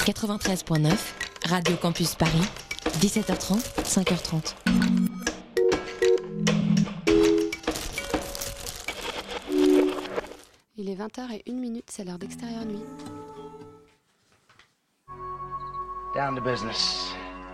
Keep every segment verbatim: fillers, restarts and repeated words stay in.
quatre-vingt-treize point neuf, Radio Campus Paris, dix-sept heures trente, cinq heures trente. Il est vingt heures et une minute, c'est l'heure d'Extérieur Nuit. Down to business.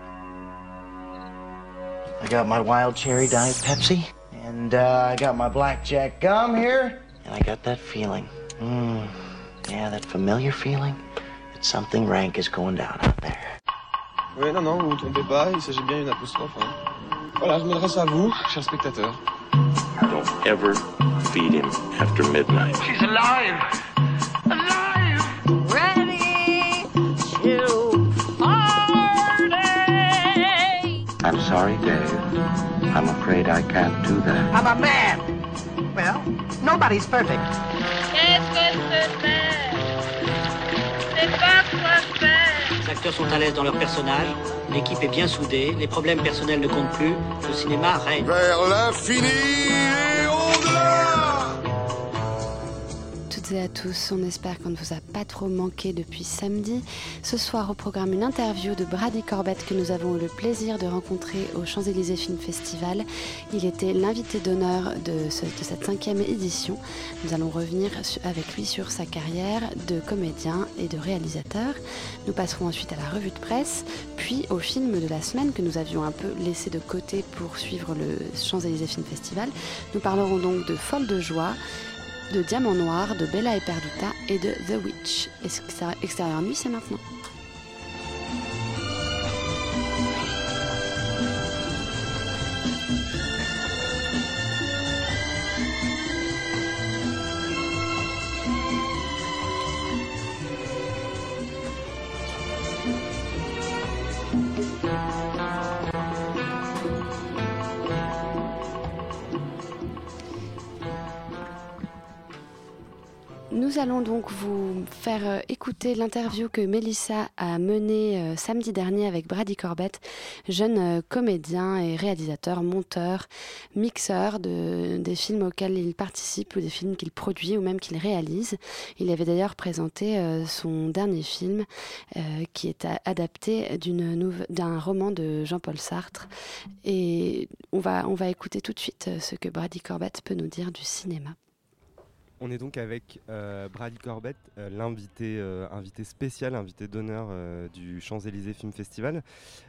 I got my wild cherry Diet Pepsi, and uh, I got my blackjack gum here, and I got that feeling. Mm, yeah, that familiar feeling that something rank is going down out there. Oui, non, non, vous ne vous trompez pas, il s'agit bien d'une apostrophe. Hein. Voilà, je m'adresse à vous, chers spectateurs. Don't ever feed him after midnight. She's alive! Alive! Ready to party! I'm sorry, Dave. I'm afraid I can't do that. I'm a man! Well, nobody's perfect. Qu'est-ce que c'est? C'est pas quoi faire! Les acteurs sont à l'aise dans leur personnage, l'équipe est bien soudée, les problèmes personnels ne comptent plus, le cinéma règne. Vers l'infini et au-delà! Toutes et à tous, on espère qu'on ne vous a pas trop manqué depuis samedi. Ce soir, au programme, une interview de Brady Corbett que nous avons eu le plaisir de rencontrer au Champs-Élysées Film Festival. Il était l'invité d'honneur de, ce, de cette cinquième édition. Nous allons revenir avec lui sur sa carrière de comédien et de réalisateur. Nous passerons ensuite à la revue de presse, puis au film de la semaine que nous avions un peu laissé de côté pour suivre le Champs-Élysées Film Festival. Nous parlerons donc de Folle de joie, de Diamant Noir, de Bella et Perduta et de The Witch. Extérieur Nuit, c'est maintenant. Nous allons donc vous faire écouter l'interview que Mélissa a menée euh, samedi dernier avec Brady Corbett, jeune euh, comédien et réalisateur, monteur, mixeur de, des films auxquels il participe ou des films qu'il produit ou même qu'il réalise. Il avait d'ailleurs présenté euh, son dernier film euh, qui est a- adapté d'une nouve- d'un roman de Jean-Paul Sartre. Et on va, on va écouter tout de suite ce que Brady Corbett peut nous dire du cinéma. On est donc avec euh, Brady Corbett, euh, l'invité euh, invité spécial, invité d'honneur euh, du Champs-Élysées Film Festival.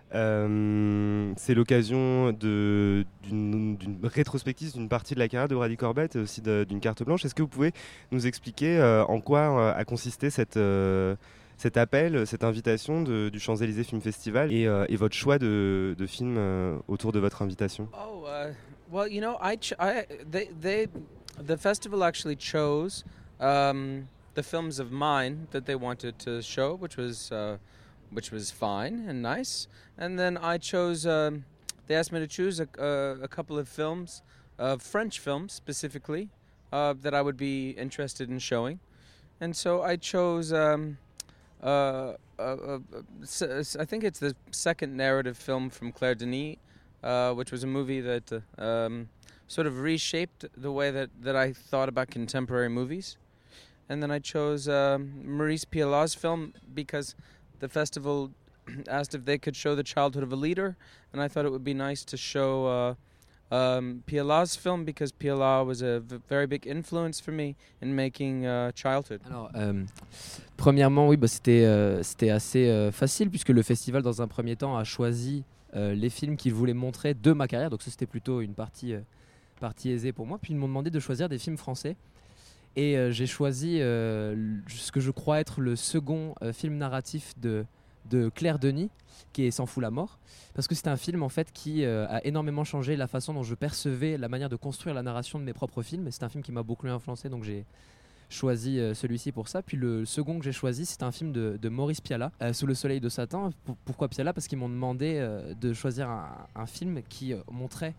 Euh, c'est l'occasion de, d'une, d'une rétrospective d'une partie de la carrière de Brady Corbett et aussi de, d'une carte blanche. Est-ce que vous pouvez nous expliquer euh, en quoi euh, a consisté cette, euh, cet appel, cette invitation de, du Champs-Élysées Film Festival et, euh, et votre choix de, de film euh, autour de votre invitation? Oh, uh, well, you know, I, ch- I they, they The festival actually chose um, the films of mine that they wanted to show, which was uh, which was fine and nice. And then I chose. Um, they asked me to choose a, a, a couple of films, uh, French films specifically, uh, that I would be interested in showing. And so I chose. Um, uh, uh, uh, I think it's the second narrative film from Claire Denis, uh, which was a movie that. Uh, um, sort of reshaped the way that, that I thought about contemporary movies. And then I chose um, Maurice Pialat's film because the festival asked if they could show the childhood of a leader, and I thought it would be nice to show uh, um, Pialat's film because Pialat was a v- very big influence for me in making uh, Childhood. Alors, euh, premièrement, oui, bah, c'était, euh, c'était assez euh, facile puisque le festival, dans un premier temps, a choisi euh, les films qu'il voulait montrer de ma carrière, donc ça c'était plutôt une partie... Euh, partie aisée pour moi, puis ils m'ont demandé de choisir des films français et euh, j'ai choisi euh, ce que je crois être le second euh, film narratif de, de Claire Denis qui est S'en fout la mort, parce que c'est un film en fait qui euh, a énormément changé la façon dont je percevais la manière de construire la narration de mes propres films, et c'est un film qui m'a beaucoup influencé, donc j'ai choisi euh, celui-ci pour ça. Puis le second que j'ai choisi, c'est un film de, de Maurice Pialat, euh, Sous le soleil de Satan. P- pourquoi Pialat? Parce qu'ils m'ont demandé euh, de choisir un, un film qui euh, montrait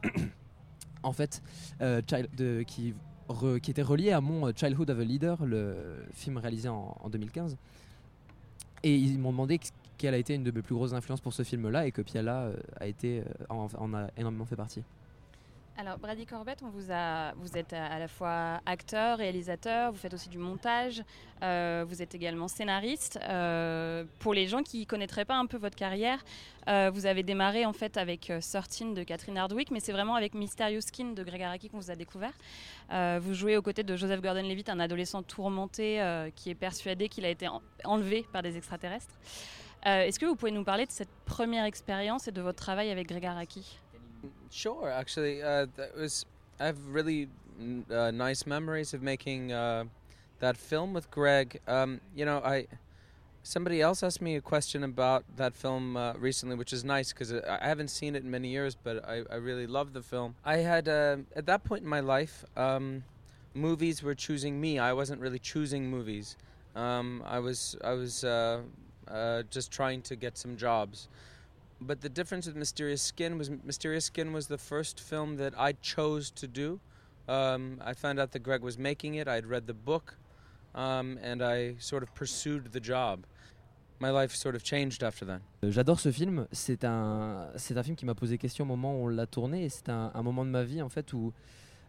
en fait, euh, child, de, qui, re, qui était relié à mon Childhood of a Leader, le film réalisé en, en deux mille quinze. Et ils m'ont demandé quelle a été une de mes plus grosses influences pour ce film-là, et que Pialat euh, a été, euh, en, en a énormément fait partie. Alors, Brady Corbett, on vous, a, vous êtes à, à la fois acteur, réalisateur, vous faites aussi du montage, euh, vous êtes également scénariste. Euh, pour les gens qui ne connaîtraient pas un peu votre carrière, euh, vous avez démarré en fait avec euh, thirteen de Catherine Hardwicke, mais c'est vraiment avec Mysterious Skin de Greg Araki qu'on vous a découvert. Euh, vous jouez aux côtés de Joseph Gordon-Levitt, un adolescent tourmenté euh, qui est persuadé qu'il a été en- enlevé par des extraterrestres. Euh, est-ce que vous pouvez nous parler de cette première expérience et de votre travail avec Greg Araki ? Sure, actually, uh, that was I have really uh, nice memories of making uh, that film with Greg. Um, you know, I somebody else asked me a question about that film uh, recently, which is nice because I haven't seen it in many years, but I, I really love the film. I had uh, at that point in my life, um, movies were choosing me. I wasn't really choosing movies. Um, I was I was uh, uh, just trying to get some jobs. But the difference with Mysterious Skin was Mysterious Skin was the first film that I chose to do. Um, I found out that Greg was making it. I'd read the book, um, and I sort of pursued the job. My life sort of changed after that. J'adore ce film. C'est un, c'est un film qui m'a posé question au moment où on l'a tourné. Et c'est un, un moment de ma vie en fait où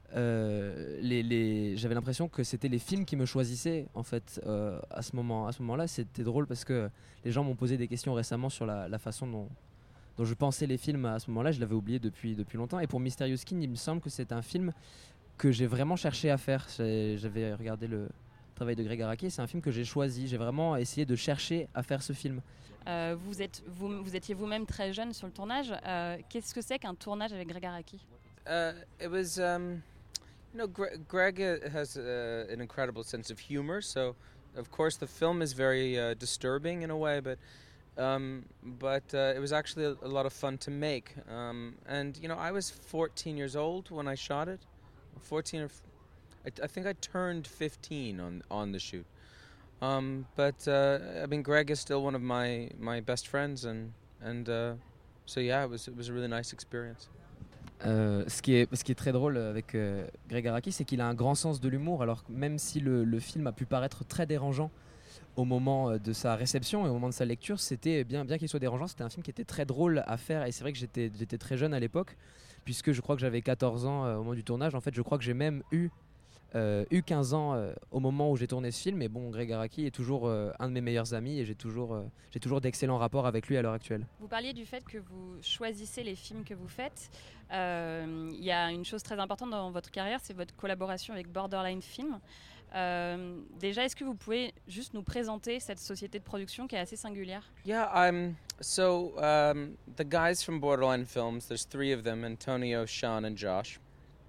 euh, les, les, j'avais l'impression que c'était les films qui me choisissaient en fait euh, à ce moment, à ce moment-là. C'était drôle parce que les gens m'ont posé des questions récemment sur la, la façon dont dont je pensais les films à ce moment-là. Je l'avais oublié depuis, depuis longtemps. Et pour Mysterious Skin, il me semble que c'est un film que j'ai vraiment cherché à faire. J'ai, j'avais regardé le travail de Greg Araki. C'est un film que j'ai choisi. J'ai vraiment essayé de chercher à faire ce film. Euh, vous, êtes, vous, vous étiez vous-même très jeune sur le tournage. Euh, qu'est-ce que c'est qu'un tournage avec Greg Araki ? Uh, it was, um, you know, Gre- Greg has uh, an incredible sense of humor. So, of course, the film is very uh, disturbing in a way, but Um, but uh, it was actually a, a lot of fun to make. Um, and, you know, I was fourteen years old when I shot it. fourteen or... F- I, I think I turned fifteen on, on the shoot. Um, but, uh, I mean, Greg is still one of my, my best friends. And, and uh, so, yeah, it was, it was a really nice experience. Euh, ce, qui est, ce qui est très drôle avec euh, Greg Araki, c'est qu'il a un grand sens de l'humour. Alors même si le, le film a pu paraître très dérangeant au moment de sa réception et au moment de sa lecture, c'était bien, bien qu'il soit dérangeant, c'était un film qui était très drôle à faire. Et c'est vrai que j'étais, j'étais très jeune à l'époque, puisque je crois que j'avais quatorze ans euh, au moment du tournage. En fait, je crois que j'ai même eu, euh, eu quinze ans euh, au moment où j'ai tourné ce film. Et bon, Greg Araki est toujours euh, un de mes meilleurs amis et j'ai toujours, euh, j'ai toujours d'excellents rapports avec lui à l'heure actuelle. Vous parliez du fait que vous choisissez les films que vous faites. Il euh, y a une chose très importante dans votre carrière, c'est votre collaboration avec Borderline Film. Euh, déjà, est-ce que vous pouvez juste nous présenter cette société de production qui est assez singulière ? Yeah, I'm so um, the guys from Borderline Films. There's three of them: Antonio, Sean, and Josh.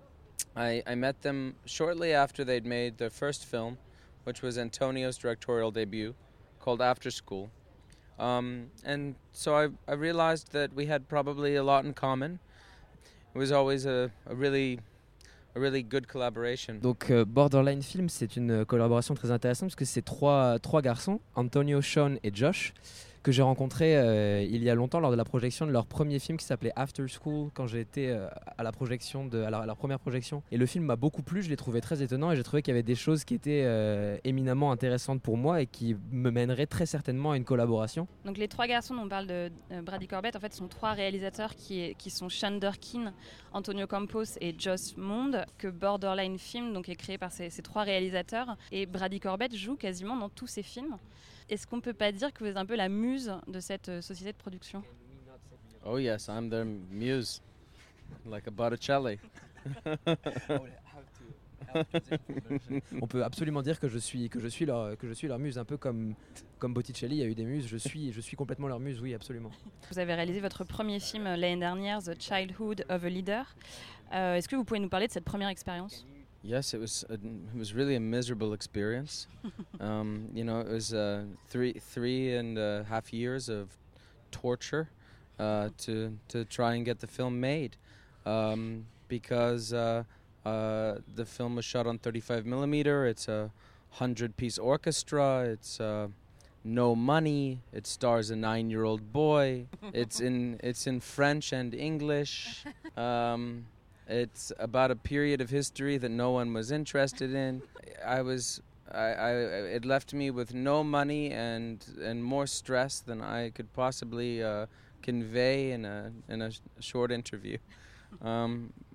I I met them shortly after they'd made their first film, which was Antonio's directorial debut, called After School. Um, and so I I realized that we had probably a lot in common. It was always a, a really A really good collaboration. Donc euh, Borderline Film, c'est une collaboration très intéressante parce que c'est trois, trois garçons, Antonio, Sean et Josh, que j'ai rencontrés euh, il y a longtemps lors de la projection de leur premier film qui s'appelait After School, quand j'ai été euh, à la projection de, à, leur, à leur première projection. Et le film m'a beaucoup plu, je l'ai trouvé très étonnant et j'ai trouvé qu'il y avait des choses qui étaient euh, éminemment intéressantes pour moi et qui me mèneraient très certainement à une collaboration. Donc les trois garçons dont on parle de euh, Brady Corbett, en fait, sont trois réalisateurs qui, est, qui sont Sean Durkin, Antonio Campos et Joss Monde, que Borderline Film donc, est créé par ces, ces trois réalisateurs. Et Brady Corbett joue quasiment dans tous ces films. Est-ce qu'on ne peut pas dire que vous êtes un peu la muse de cette euh, société de production ? Oh yes, I'm their muse, like a Botticelli. On peut absolument dire que je suis que je suis leur que je suis leur muse, un peu comme comme Botticelli, il y a eu des muses. Je suis je suis complètement leur muse, oui, absolument. Vous avez réalisé votre premier film l'année dernière, The Childhood of a Leader. Euh, est-ce que vous pouvez nous parler de cette première expérience ? Yes, it was. A, it was really a miserable experience. um, you know, it was uh, three, three and a half years of torture uh, to to try and get the film made, um, because uh, uh, the film was shot on thirty-five millimeter. It's a hundred-piece orchestra. It's uh, no money. It stars a nine-year-old boy. It's in it's in French and English. Um, It's about a period of history that no one was interested in. I was, I, I, it left me with no money and and more stress than I could possibly uh, convey in a in a short interview. Um,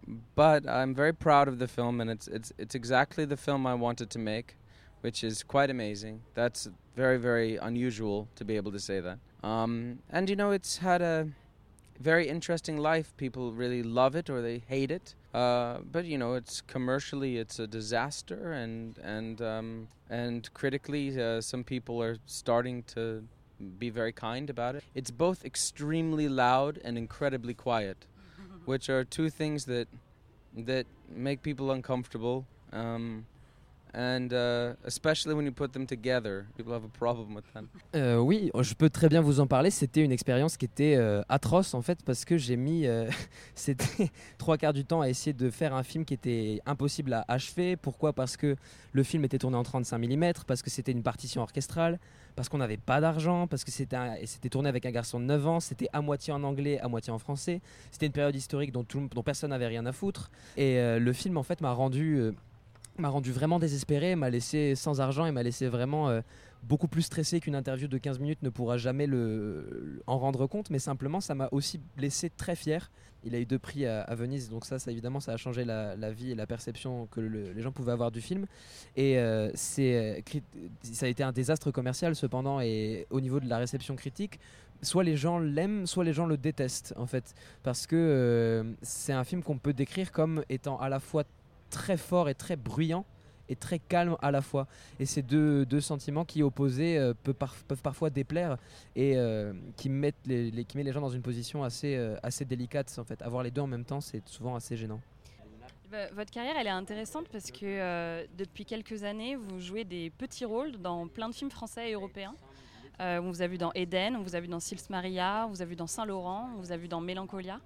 but I'm very proud of the film, and it's it's it's exactly the film I wanted to make, which is quite amazing. That's very, very unusual to be able to say that. Um, and you know, it's had a very interesting life. People really love it or they hate it. Uh, but you know, it's commercially it's a disaster, and and um, and critically, uh, some people are starting to be very kind about it. It's both extremely loud and incredibly quiet, which are two things that that make people uncomfortable. Um, And uh, especially when you put them together, people have a problem with them. Euh, oui, je peux très bien vous en parler. C'était une expérience qui était euh, atroce en fait, parce que j'ai mis euh, c'était trois quarts du temps à essayer de faire un film qui était impossible à achever. Pourquoi ? Parce que le film était tourné en trente-cinq millimètres, parce que c'était une partition orchestrale, parce qu'on n'avait pas d'argent, parce que c'était, un, et c'était tourné avec un garçon de neuf ans, c'était à moitié en anglais, à moitié en français. C'était une période historique dont, tout, dont personne n'avait rien à foutre. Et euh, le film en fait m'a rendu... Euh, m'a rendu vraiment désespéré, m'a laissé sans argent et m'a laissé vraiment euh, beaucoup plus stressé qu'une interview de quinze minutes ne pourra jamais le, en rendre compte, mais simplement ça m'a aussi laissé très fier. Il a eu deux prix à, à Venise, donc ça, ça évidemment ça a changé la, la vie et la perception que le, les gens pouvaient avoir du film. Et euh, c'est, ça a été un désastre commercial cependant, et au niveau de la réception critique, soit les gens l'aiment, soit les gens le détestent en fait, parce que euh, c'est un film qu'on peut décrire comme étant à la fois très fort et très bruyant et très calme à la fois, et ces deux, deux sentiments qui opposés euh, peuvent, par, peuvent parfois déplaire et euh, qui mettent les, les, qui met les gens dans une position assez, euh, assez délicate en fait. Avoir les deux en même temps, c'est souvent assez gênant. Votre carrière, elle est intéressante parce que euh, depuis quelques années, vous jouez des petits rôles dans plein de films français et européens. Euh, on vous a vu dans Eden, on vous a vu dans Sils Maria, on vous a vu dans Saint-Laurent, on vous a vu dans Mélancolia.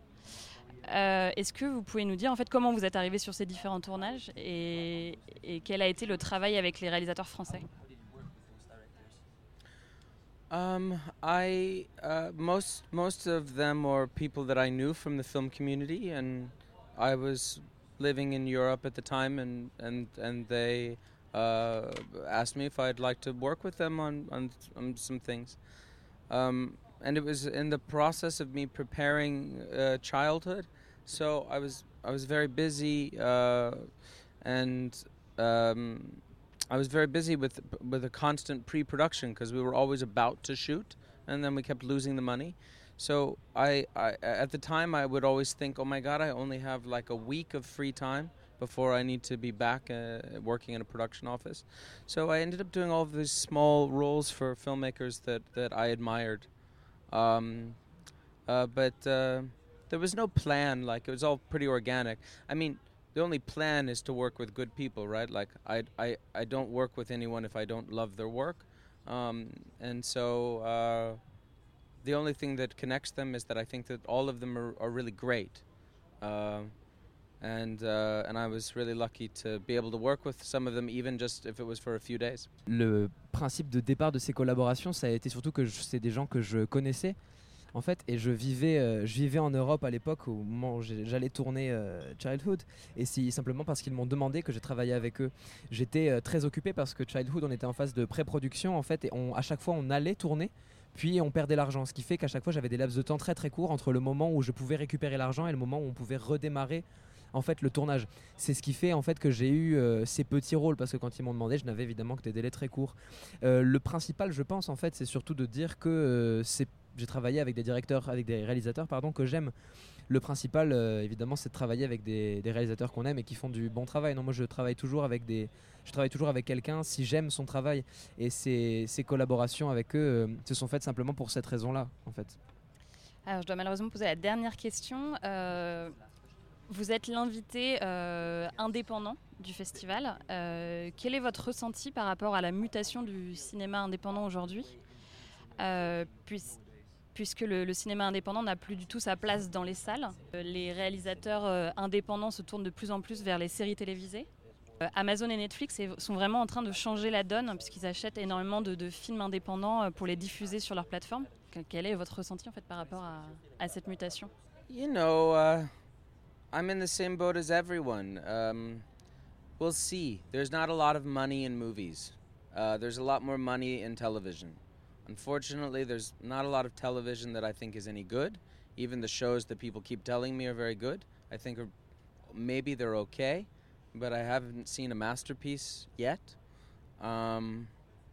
Euh, est-ce que vous pouvez nous dire en fait comment vous êtes arrivé sur ces différents tournages et, et quel a été le travail avec les réalisateurs français? Um, I uh, most most of them are people that I knew from the film community, and I was living in Europe at the time, and and and they uh, asked me if I'd like to work with them on on, on some things. Um, and it was in the process of me preparing uh, childhood, so I was I was very busy, uh, and um, I was very busy with with a constant pre-production because we were always about to shoot, and then we kept losing the money. So I, I at the time I would always think, oh my God, I only have like a week of free time before I need to be back uh, working in a production office. So I ended up doing all of these small roles for filmmakers that, that I admired. Um, uh, but uh, there was no plan, like it was all pretty organic. I mean, the only plan is to work with good people, right? Like I, I, I don't work with anyone if I don't love their work. Um, and so uh, the only thing that connects them is that I think that all of them are, are really great. Uh, And, uh, and I was really lucky to be able to work with some of them, even just if it was for a few days. Le principe de départ de ces collaborations, ça a été surtout que je, c'est des gens que je connaissais, en fait, et je vivais, euh, je vivais en Europe à l'époque au moment où j'allais tourner euh, Childhood, et c'est simplement parce qu'ils m'ont demandé que j'ai travaillé avec eux. J'étais euh, très occupé parce que Childhood, on était en phase de pré-production, en fait, et on, à chaque fois on allait tourner, puis on perdait l'argent, ce qui fait qu'à chaque fois j'avais des laps de temps très très courts entre le moment où je pouvais récupérer l'argent et le moment où on pouvait redémarrer en fait le tournage. C'est ce qui fait en fait que j'ai eu euh, ces petits rôles, parce que quand ils m'ont demandé, je n'avais évidemment que des délais très courts. Euh, le principal, je pense en fait, c'est surtout de dire que euh, c'est, j'ai travaillé avec des directeurs, avec des réalisateurs pardon, que j'aime. Le principal euh, évidemment, c'est de travailler avec des, des réalisateurs qu'on aime et qui font du bon travail. Non, moi je travaille toujours avec des, je travaille toujours avec quelqu'un si j'aime son travail, et ces, ces collaborations avec eux euh, se sont faites simplement pour cette raison-là en fait. Alors je dois malheureusement poser la dernière question. Euh... Vous êtes l'invité euh, indépendant du festival. Euh, quel est votre ressenti par rapport à la mutation du cinéma indépendant aujourd'hui, euh, puis, puisque le, le cinéma indépendant n'a plus du tout sa place dans les salles. Euh, les réalisateurs euh, indépendants se tournent de plus en plus vers les séries télévisées. Euh, Amazon et Netflix sont vraiment en train de changer la donne, puisqu'ils achètent énormément de, de films indépendants pour les diffuser sur leur plateforme. Quel est votre ressenti en fait, par rapport à, à cette mutation? You know, uh... I'm in the same boat as everyone. Um, we'll see. There's not a lot of money in movies. Uh, there's a lot more money in television. Unfortunately, there's not a lot of television that I think is any good. Even the shows that people keep telling me are very good, I think are maybe they're okay, but I haven't seen a masterpiece yet. Um,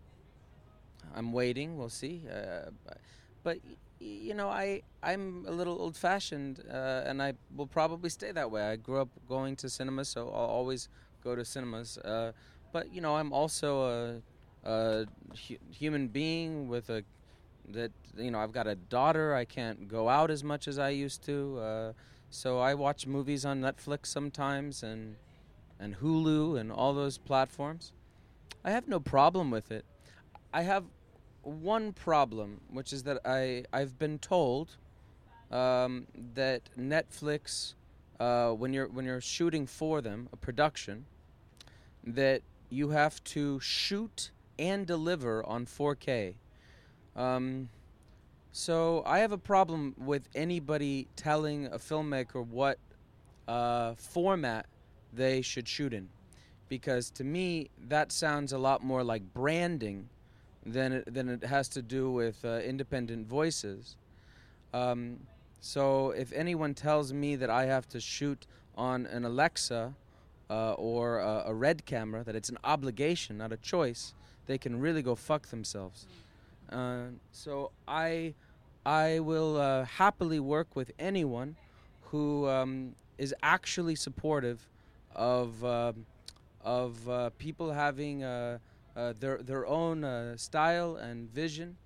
I'm waiting. We'll see. Uh, but you know, I I'm a little old-fashioned, uh, and I will probably stay that way. I grew up going to cinemas, so I'll always go to cinemas. Uh, but you know, I'm also a, a hu- human being with a that you know I've got a daughter. I can't go out as much as I used to, uh, so I watch movies on Netflix sometimes and and Hulu and all those platforms. I have no problem with it. I have one problem, which is that I, I've been told um, that Netflix, uh, when you're when you're shooting for them, a production, that you have to shoot and deliver on four K. Um, so I have a problem with anybody telling a filmmaker what uh, format they should shoot in, because to me that sounds a lot more like branding than it, than it has to do with uh, independent voices. Um, so if anyone tells me that I have to shoot on an Alexa uh, or a, a Red camera, that it's an obligation, not a choice, they can really go fuck themselves. Uh, so I, I will uh, happily work with anyone who um, is actually supportive of uh, of uh, people having uh, uh, their their own uh, style and vision.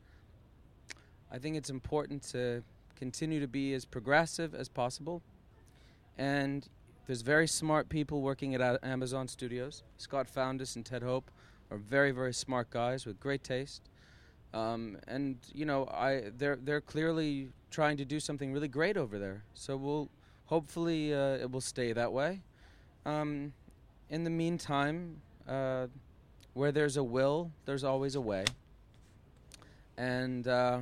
I think it's important to continue to be as progressive as possible. And there's very smart people working at A- Amazon Studios. Scott Foundas and Ted Hope are very, very smart guys with great taste. Um, and you know, I they're they're clearly trying to do something really great over there. So we'll hopefully uh, it will stay that way. Um, in the meantime, uh, where there's a will, there's always a way. And uh,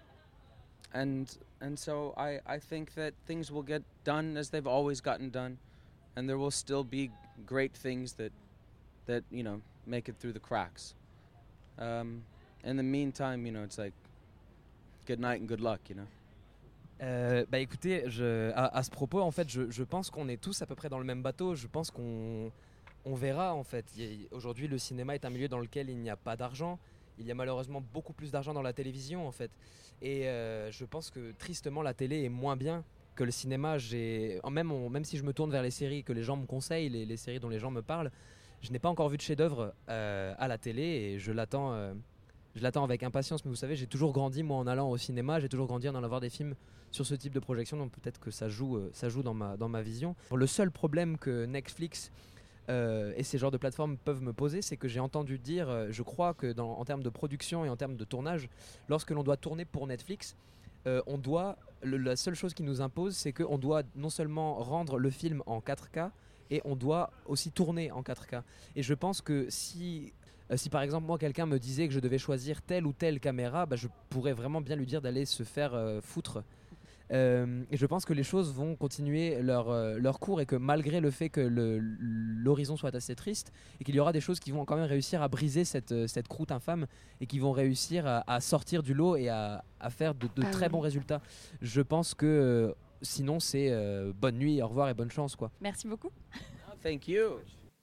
and and so I, I think that things will get done as they've always gotten done, and there will still be great things that that you know make it through the cracks. Um, in the meantime, you know, it's like good night and good luck, you know. Euh, bah écoutez, je, à, à ce propos, en fait, je, je pense qu'on est tous à peu près dans le même bateau. Je pense qu'on on verra, en fait. Aujourd'hui, le cinéma est un milieu dans lequel il n'y a pas d'argent. Il y a malheureusement beaucoup plus d'argent dans la télévision, en fait. Et euh, je pense que tristement, la télé est moins bien que le cinéma. J'ai, même, on, même si je me tourne vers les séries que les gens me conseillent, les, les séries dont les gens me parlent, je n'ai pas encore vu de chef-d'œuvre euh, à la télé et je l'attends. Euh, Je l'attends avec impatience, mais vous savez, j'ai toujours grandi, moi, en allant au cinéma, j'ai toujours grandi en allant voir des films sur ce type de projection, donc peut-être que ça joue, euh, ça joue dans ma, dans ma vision. Le seul problème que Netflix euh, et ces genres de plateformes peuvent me poser, c'est que j'ai entendu dire, euh, je crois que dans, en termes de production et en termes de tournage, lorsque l'on doit tourner pour Netflix, euh, on doit, le, la seule chose qui nous impose, c'est qu'on doit non seulement rendre le film en quatre K, et on doit aussi tourner en quatre K. Et je pense que si... Euh, si par exemple moi quelqu'un me disait que je devais choisir telle ou telle caméra, bah, je pourrais vraiment bien lui dire d'aller se faire euh, foutre. Euh, et je pense que les choses vont continuer leur, euh, leur cours et que malgré le fait que le, l'horizon soit assez triste et qu'il y aura des choses qui vont quand même réussir à briser cette, cette croûte infâme et qui vont réussir à, à sortir du lot et à, à faire de, de ah très oui. bons résultats. Je pense que euh, sinon c'est euh, bonne nuit, au revoir et bonne chance, quoi. Merci beaucoup. Thank you.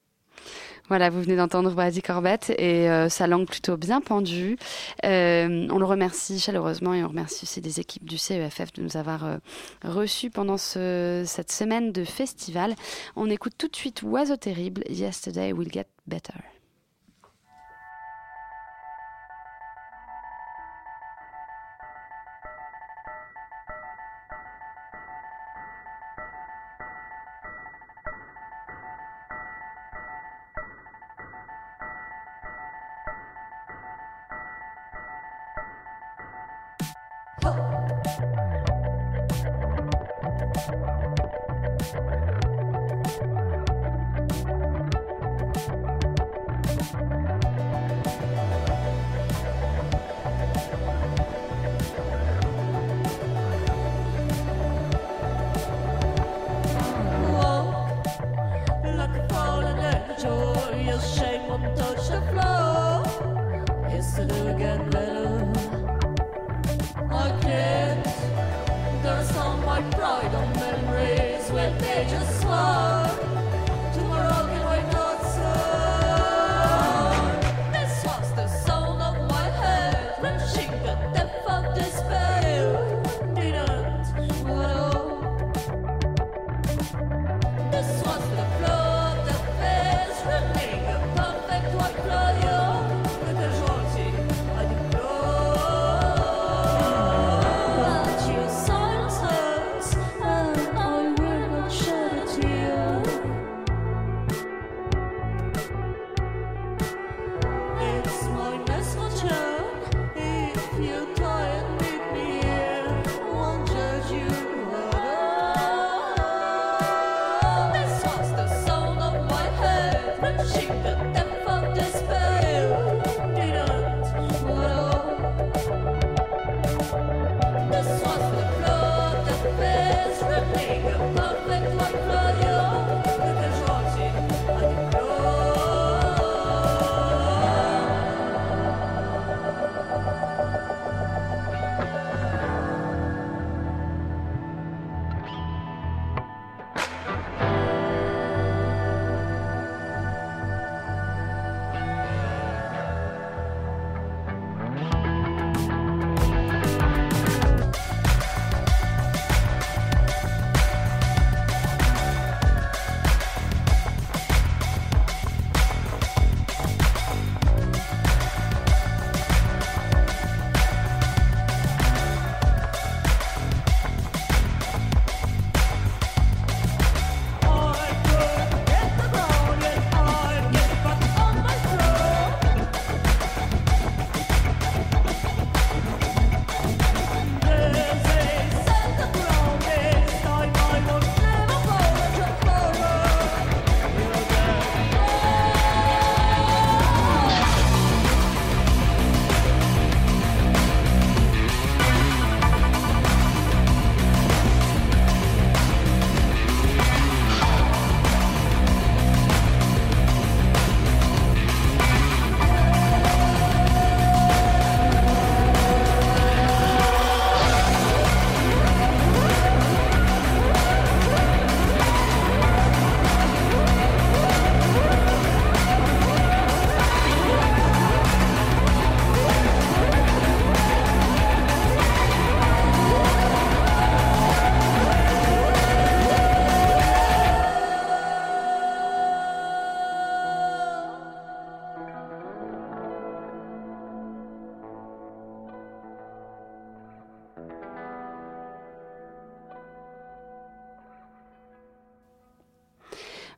Voilà, vous venez d'entendre Brady Corbett et euh, sa langue plutôt bien pendue. Euh, on le remercie chaleureusement et on remercie aussi les équipes du C E F F de nous avoir euh, reçus pendant ce, cette semaine de festival. On écoute tout de suite Oiseau terrible, Yesterday Will Get Better. Pride on memories when they just swore.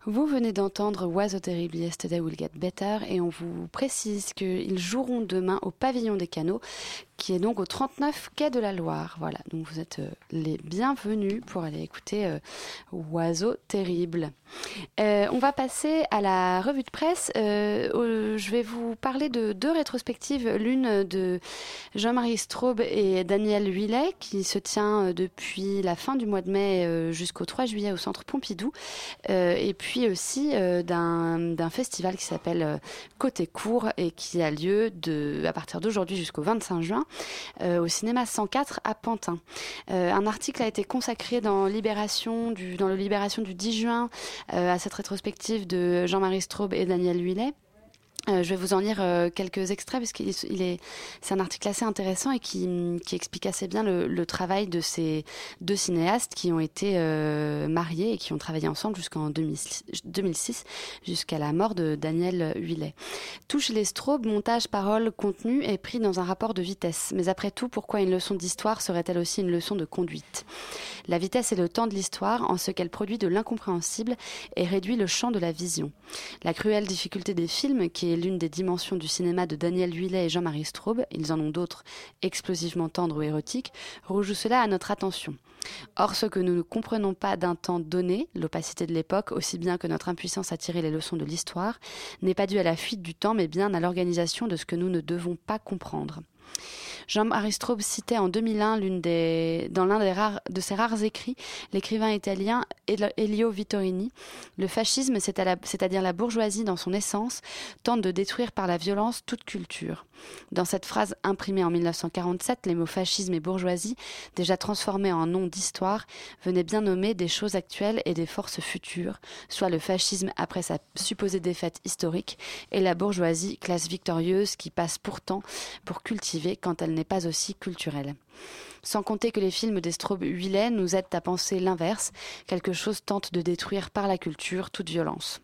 Vous venez d'entendre Oiseau terrible, Yesterday Will Get Better, et on vous précise qu'ils joueront demain au Pavillon des Canaux, qui est donc au trente-neuf quai de la Loire. Voilà, donc vous êtes euh, les bienvenus pour aller écouter euh, Oiseau terrible. Euh, on va passer à la revue de presse. Euh, euh, je vais vous parler de deux rétrospectives, l'une de Jean-Marie Straub et Daniel Huillet, qui se tient depuis la fin du mois de mai euh, jusqu'au trois juillet au Centre Pompidou, euh, et puis aussi euh, d'un, d'un festival qui s'appelle euh, Côté Court et qui a lieu de, à partir d'aujourd'hui jusqu'au vingt-cinq juin euh, au cinéma cent quatre à Pantin. Euh, un article a été consacré dans, Libération du, dans le Libération du dix juin euh, à cette rétrospective de Jean-Marie Straub et Daniel Huillet. Euh, je vais vous en lire euh, quelques extraits parce qu'il il est, c'est un article assez intéressant et qui, qui explique assez bien le, le travail de ces deux cinéastes qui ont été euh, mariés et qui ont travaillé ensemble jusqu'en deux mille six, jusqu'à la mort de Daniel Huillet. Tout chez les Straub, montage, parole, contenu est pris dans un rapport de vitesse. Mais après tout, pourquoi une leçon d'histoire serait-elle aussi une leçon de conduite ? La vitesse est le temps de l'histoire en ce qu'elle produit de l'incompréhensible et réduit le champ de la vision. La cruelle difficulté des films, qui est l'une des dimensions du cinéma de Daniel Huillet et Jean-Marie Straub, ils en ont d'autres explosivement tendres ou érotiques, rejoue cela à notre attention. Or, ce que nous ne comprenons pas d'un temps donné, l'opacité de l'époque, aussi bien que notre impuissance à tirer les leçons de l'histoire, n'est pas due à la fuite du temps, mais bien à l'organisation de ce que nous ne devons pas comprendre. Jean-Marie Straub citait en deux mille un l'une des, dans l'un des rares, de ses rares écrits l'écrivain italien Elio Vittorini. Le fascisme, c'est à la, c'est-à-dire la bourgeoisie dans son essence, tente de détruire par la violence toute culture. Dans cette phrase imprimée en mille neuf cent quarante-sept, les mots fascisme et bourgeoisie, déjà transformés en noms d'histoire, venaient bien nommer des choses actuelles et des forces futures, soit le fascisme après sa supposée défaite historique, et la bourgeoisie, classe victorieuse qui passe pourtant pour cultiver quand elle n'est pas aussi culturelle. Sans compter que les films des Straub-Huillet nous aident à penser l'inverse, quelque chose tente de détruire par la culture toute violence.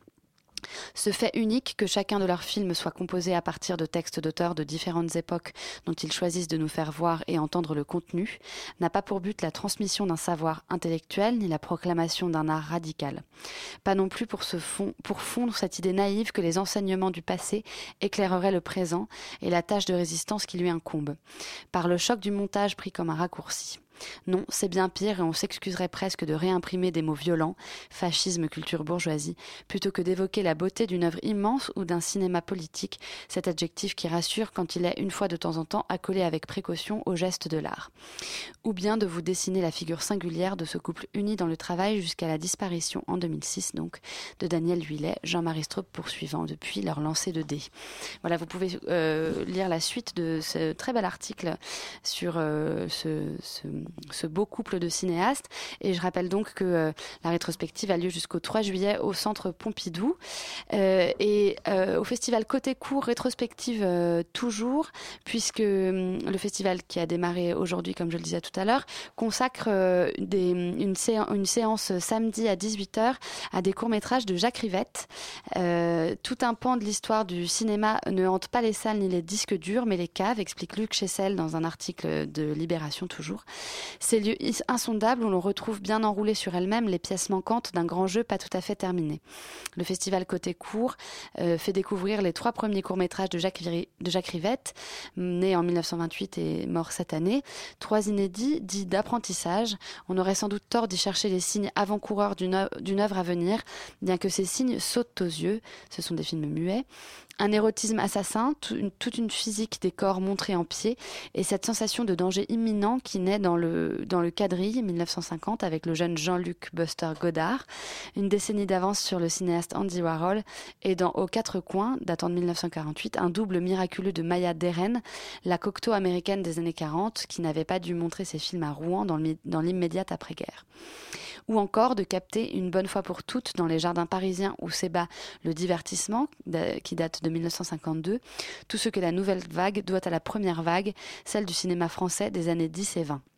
Ce fait unique que chacun de leurs films soit composé à partir de textes d'auteurs de différentes époques dont ils choisissent de nous faire voir et entendre le contenu n'a pas pour but la transmission d'un savoir intellectuel ni la proclamation d'un art radical. Pas non plus pour, ce fond, pour fondre cette idée naïve que les enseignements du passé éclaireraient le présent et la tâche de résistance qui lui incombe, par le choc du montage pris comme un raccourci. Non, c'est bien pire et on s'excuserait presque de réimprimer des mots violents, fascisme, culture, bourgeoisie, plutôt que d'évoquer la beauté d'une œuvre immense ou d'un cinéma politique, cet adjectif qui rassure quand il est une fois de temps en temps accolé avec précaution au geste de l'art. Ou bien de vous dessiner la figure singulière de ce couple uni dans le travail jusqu'à la disparition en deux mille six donc de Daniel Huillet, Jean-Marie Straub poursuivant depuis leur lancée de dés. Voilà, vous pouvez euh, lire la suite de ce très bel article sur euh, ce, ce ce beau couple de cinéastes. Et je rappelle donc que euh, la rétrospective a lieu jusqu'au trois juillet au Centre Pompidou. Euh, et euh, au festival Côté Court, rétrospective euh, toujours, puisque euh, le festival qui a démarré aujourd'hui, comme je le disais tout à l'heure, consacre euh, des, une, séance, une séance samedi à dix-huit heures à des courts-métrages de Jacques Rivette. Euh, tout un pan de l'histoire du cinéma ne hante pas les salles ni les disques durs, mais les caves, explique Luc Chessel dans un article de Libération toujours. Ces lieux insondables où l'on retrouve bien enroulées sur elles-mêmes les pièces manquantes d'un grand jeu pas tout à fait terminé. Le festival Côté Court euh, fait découvrir les trois premiers courts-métrages de Jacques, de Jacques Rivette, né en mille neuf cent vingt-huit et mort cette année. Trois inédits, dits d'apprentissage. On aurait sans doute tort d'y chercher les signes avant-coureurs d'une, d'une œuvre à venir, bien que ces signes sautent aux yeux. Ce sont des films muets. Un érotisme assassin, tout une, toute une physique des corps montrés en pied et cette sensation de danger imminent qui naît dans le, dans le quadrille mille neuf cent cinquante avec le jeune Jean-Luc Buster Godard, une décennie d'avance sur le cinéaste Andy Warhol et dans Aux quatre coins, datant de mille neuf cent quarante-huit, un double miraculeux de Maya Deren, la cocteau américaine des années quarante qui n'avait pas dû montrer ses films à Rouen dans, le, dans l'immédiate après-guerre. Ou encore de capter une bonne fois pour toutes dans les jardins parisiens où s'ébat le divertissement qui date de mille neuf cent cinquante-deux, tout ce que la nouvelle vague doit à la première vague, celle du cinéma français des années dix et vingt.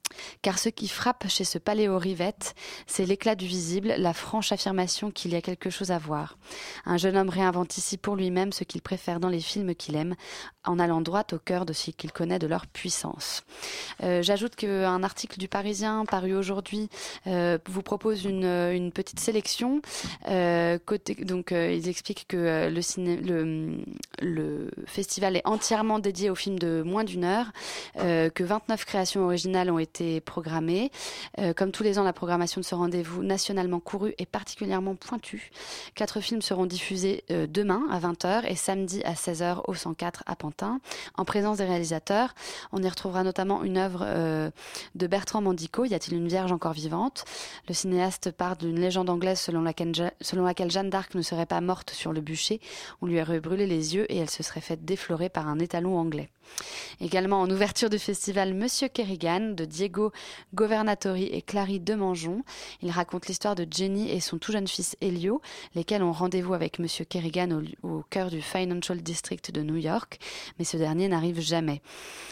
Car ce qui frappe chez ce paléo-rivette, c'est l'éclat du visible, la franche affirmation qu'il y a quelque chose à voir. Un jeune homme réinvente ici pour lui-même ce qu'il préfère dans les films qu'il aime, en allant droit au cœur de ce qu'il connaît de leur puissance. Euh, j'ajoute qu'un article du Parisien paru aujourd'hui euh, vous propose une, une petite sélection. Euh, côté, donc, euh, ils expliquent que euh, le, ciné, le, le festival est entièrement dédié aux films de moins d'une heure, euh, que vingt-neuf créations originales ont été programmées. Euh, comme tous les ans, la programmation de ce rendez-vous nationalement couru est particulièrement pointue. Quatre films seront diffusés euh, demain à vingt heures et samedi à seize heures au cent quatre à Pantin. En présence des réalisateurs, on y retrouvera notamment une œuvre euh, de Bertrand Mandico, Y a-t-il une vierge encore vivante ? Le cinéaste part d'une légende anglaise selon laquelle, selon laquelle Jeanne d'Arc ne serait pas morte sur le bûcher. On lui aurait brûlé les yeux et elle se serait faite déflorer par un étalon anglais. Également en ouverture du festival Monsieur Kerrigan de Diego Governatori et Clary Demangeon. Il raconte l'histoire de Jenny et son tout jeune fils Elio, lesquels ont rendez-vous avec Monsieur Kerrigan au, au cœur du Financial District de New York, mais ce dernier n'arrive jamais.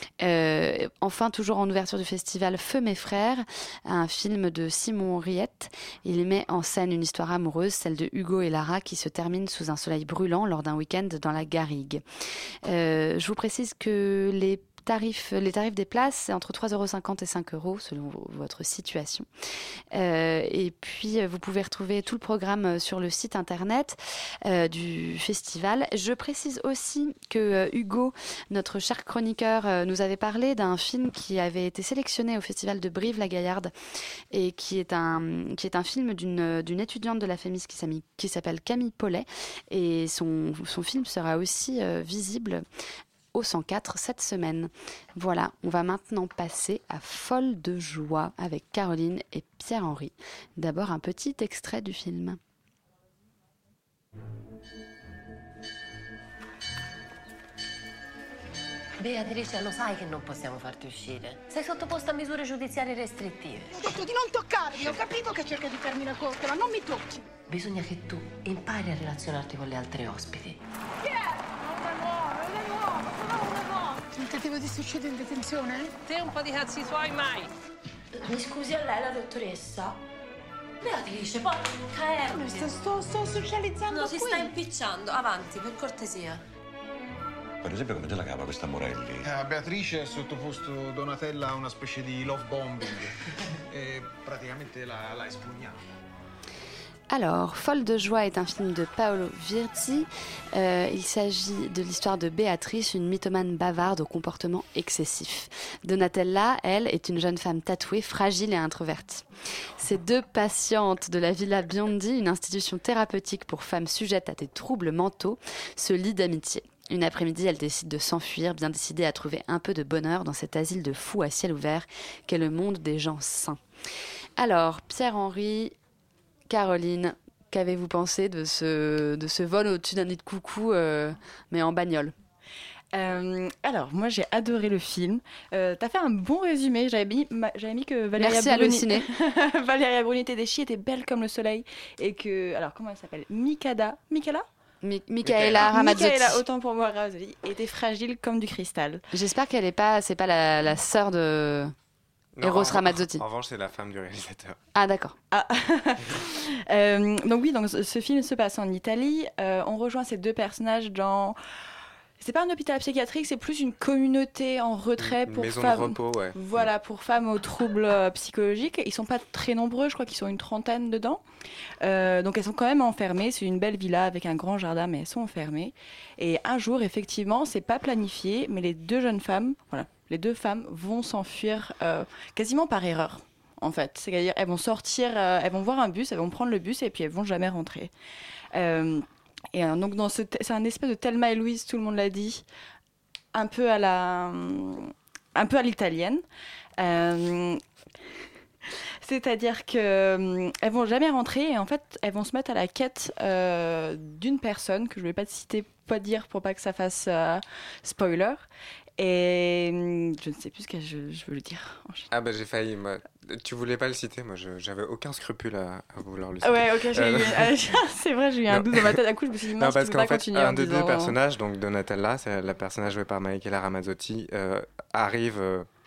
Euh, enfin, toujours en ouverture du festival Feu mes frères, un film de Simon Riette. Il met en scène une histoire amoureuse, celle de Hugo et Lara, qui se termine sous un soleil brûlant lors d'un week-end dans la Garrigue. Euh, je vous précise que les tarifs, les tarifs des places, c'est entre trois euros cinquante et cinq euros selon votre situation. Euh, et puis, vous pouvez retrouver tout le programme sur le site internet euh, du festival. Je précise aussi que euh, Hugo, notre cher chroniqueur, euh, nous avait parlé d'un film qui avait été sélectionné au festival de Brive-la-Gaillarde et qui est un, qui est un film d'une, d'une étudiante de la Fémis qui, qui s'appelle Camille Paulet. Et son, son film sera aussi euh, visible au cent quatre cette semaine. Voilà, on va maintenant passer à Folle de joie avec Caroline et Pierre-Henri. D'abord un petit extrait du film. Beatrice, lo sai che non possiamo farti uscire. Sei sottoposta a misure giudiziarie restrittive. Ho detto di non toccarmi, ho capito che cerca di farmi la corte, ma non mi tocchi. Bisogna che tu impari a relazionarti con le altre ospiti. Chi è? Tentativo di suicidio in detenzione? Te un po' di cazzi suoi mai. Mi scusi, a lei la dottoressa? Beatrice, porca Mi sto, sto, sto socializzando No, qui. si sta impicciando. Avanti, per cortesia. Per esempio, come te la cava questa Morelli? Eh, Beatrice ha sottoposto Donatella a una specie di love bombing e praticamente l'ha, l'ha espugnata. Alors, Folle de joie est un film de Paolo Virzi. Euh, il s'agit de l'histoire de Béatrice, une mythomane bavarde au comportement excessif. Donatella, elle, est une jeune femme tatouée, fragile et introvertie. Ces deux patientes de la Villa Biondi, une institution thérapeutique pour femmes sujettes à des troubles mentaux, se lient d'amitié. Une après-midi, elle décide de s'enfuir, bien décidée à trouver un peu de bonheur dans cet asile de fous à ciel ouvert qu'est le monde des gens sains. Alors, Pierre-Henri, Caroline, qu'avez-vous pensé de ce, de ce vol au-dessus d'un nid de coucou, euh, mais en bagnole ? Euh, alors, moi j'ai adoré le film. Euh, t'as fait un bon résumé. J'avais mis, ma, j'avais mis que Valéria Merci Bruni, Allociné. Valéria Bruni Tedeschi était belle comme le soleil et que, alors comment elle s'appelle, Mikada, Mikala, Mi- Michaela Ramazzotti. Michaela, autant pour moi, Ramazzotti, était fragile comme du cristal. J'espère qu'elle est pas, c'est pas la, la sœur de Non, Eros en, Ramazzotti. En revanche, c'est la femme du réalisateur. Ah d'accord. Ah. euh, donc oui, donc ce film se passe en Italie. Euh, on rejoint ces deux personnages dans. C'est pas un hôpital psychiatrique, c'est plus une communauté en retrait Une pour maison femmes. de repos, ouais. Voilà, pour femmes aux troubles euh, psychologiques. Ils sont pas très nombreux, je crois qu'ils sont une trentaine dedans. Euh, donc elles sont quand même enfermées. C'est une belle villa avec un grand jardin, mais elles sont enfermées. Et un jour, effectivement, c'est pas planifié, mais les deux jeunes femmes, voilà, les deux femmes vont s'enfuir euh, quasiment par erreur. En fait, c'est-à-dire elles vont sortir, euh, elles vont voir un bus, elles vont prendre le bus et puis elles vont jamais rentrer. Euh, Et euh, donc, dans ce t- c'est un espèce de Thelma et Louise, tout le monde l'a dit, un peu à la, un peu à l'italienne. Euh, c'est-à-dire qu'elles ne vont jamais rentrer et en fait, elles vont se mettre à la quête euh, d'une personne que je ne vais pas te citer, pas dire pour pas que ça fasse euh, spoiler. Et je ne sais plus ce que je, je veux le dire. Ah bah j'ai failli, moi. Tu voulais pas le citer, moi je, j'avais aucun scrupule à, à vouloir le citer. Ouais, ok, j'ai euh, eu, euh, c'est vrai, j'ai eu un doute dans ma tête. À coup, je me suis dit, non, mince, parce tu peux qu'en pas fait, continuer un en des disant... deux personnages, donc Donatella, c'est la personnage jouée par Michaela Ramazzotti, euh, arrive euh,